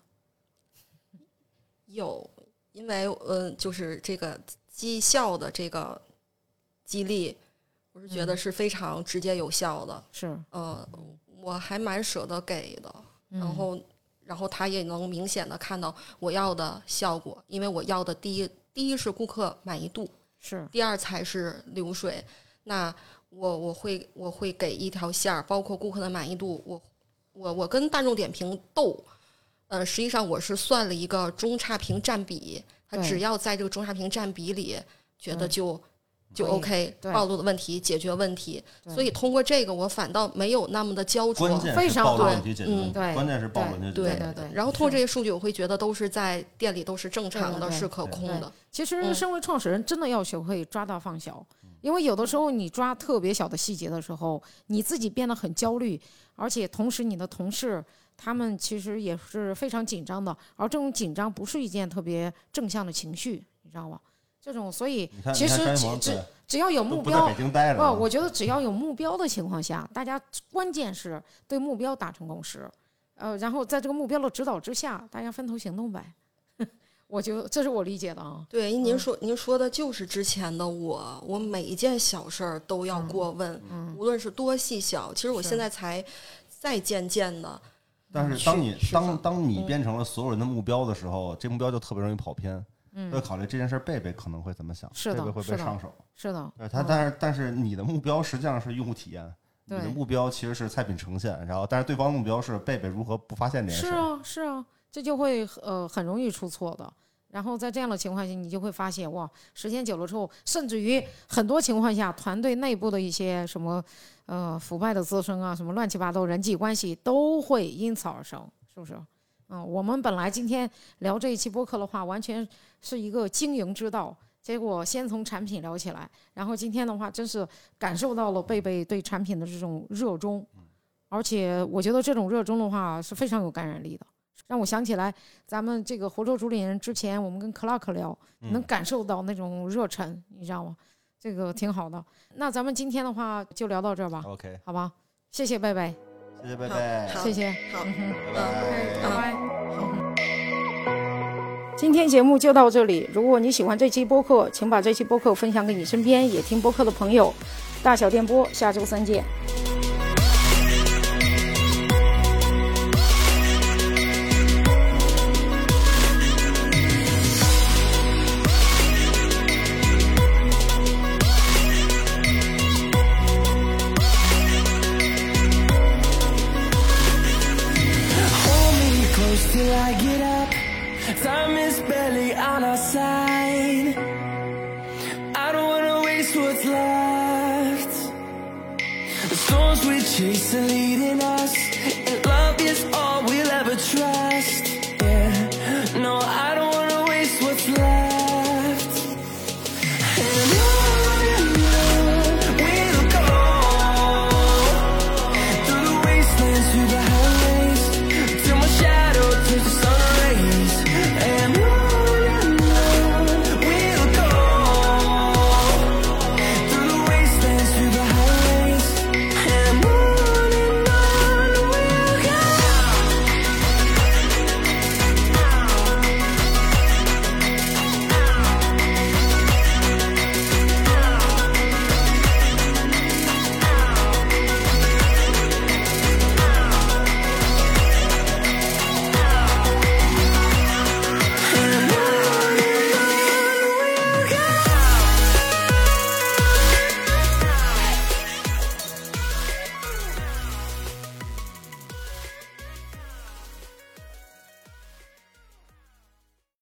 有，因为呃，就是这个绩效的这个激励，我是觉得是非常直接有效的。 是， 呃。我还蛮舍得给的，然后，嗯、然后他也能明显的看到我要的效果，因为我要的第一，第一是顾客满意度， 是， 第二才是流水。那我我会我会给一条线儿，包括顾客的满意度，我我我跟大众点评斗，呃，实际上我是算了一个中差评占比，他只要在这个中差评占比里，觉得就。就 OK， 暴露的问题解决问题，所以通过这个我反倒没有那么的焦灼， 关键是暴露问题解决问题， 嗯、 关键是暴露问题解决问题。 对对对。 然后通过这些数据，我会觉得都是在店里都是正常的，是可控的。 其实，身为创始人，真的要学会抓大放小，嗯、因为有的时候你抓特别小的细节的时候，你自己变得很焦虑，而且同时你的同事他们其实也是非常紧张的，而这种紧张不是一件特别正向的情绪，你知道吗？这种，所以其实只只要有目标，不，我觉得只要有目标的情况下，大家关键是对目标达成共识，呃，然后在这个目标的指导之下，大家分头行动呗。我觉得这是我理解的啊。 对，您说、嗯、您说的就是之前的我，我每一件小事儿都要过问， 嗯嗯、 无论是多细小。其实我现在才再渐渐的。 但是当你当的当你变成了所有人的目标的时候，嗯、这目标就特别容易跑偏。嗯，要考虑这件事，贝贝可能会怎么想？ 是的， 贝贝会被上手。 是的， 对他，但是但是你的目标实际上是用户体验，你的目标其实是菜品呈现，然后但是对方的目标是贝贝如何不发现这件事。 是啊，是啊，这就会呃很容易出错的。然后在这样的情况下，你就会发现哇，时间久了之后，甚至于很多情况下，团队内部的一些什么呃腐败的滋生啊，什么乱七八糟人际关系都会因此而生，是不是？嗯，我们本来今天聊这一期播客的话，完全是一个经营之道，结果先从产品聊起来，然后今天的话，真是感受到了贝贝对产品的这种热衷，而且我觉得这种热衷的话是非常有感染力的，让我想起来咱们这个湖州主理人之前我们跟 Clark 聊，能感受到那种热忱，你知道吗？这个挺好的。那咱们今天的话就聊到这儿吧 ，OK， 好吧？谢谢贝贝。 谢谢贝贝， 谢谢， 好， 嗯、 拜拜， 拜拜。今天节目就到这里。如果你喜欢这期播客，请把这期播客分享给你身边也听播客的朋友。大小电波，下周三见。 Till I get up, time is barely on our side. I don't wanna waste what's left. The storms we chase are leading us.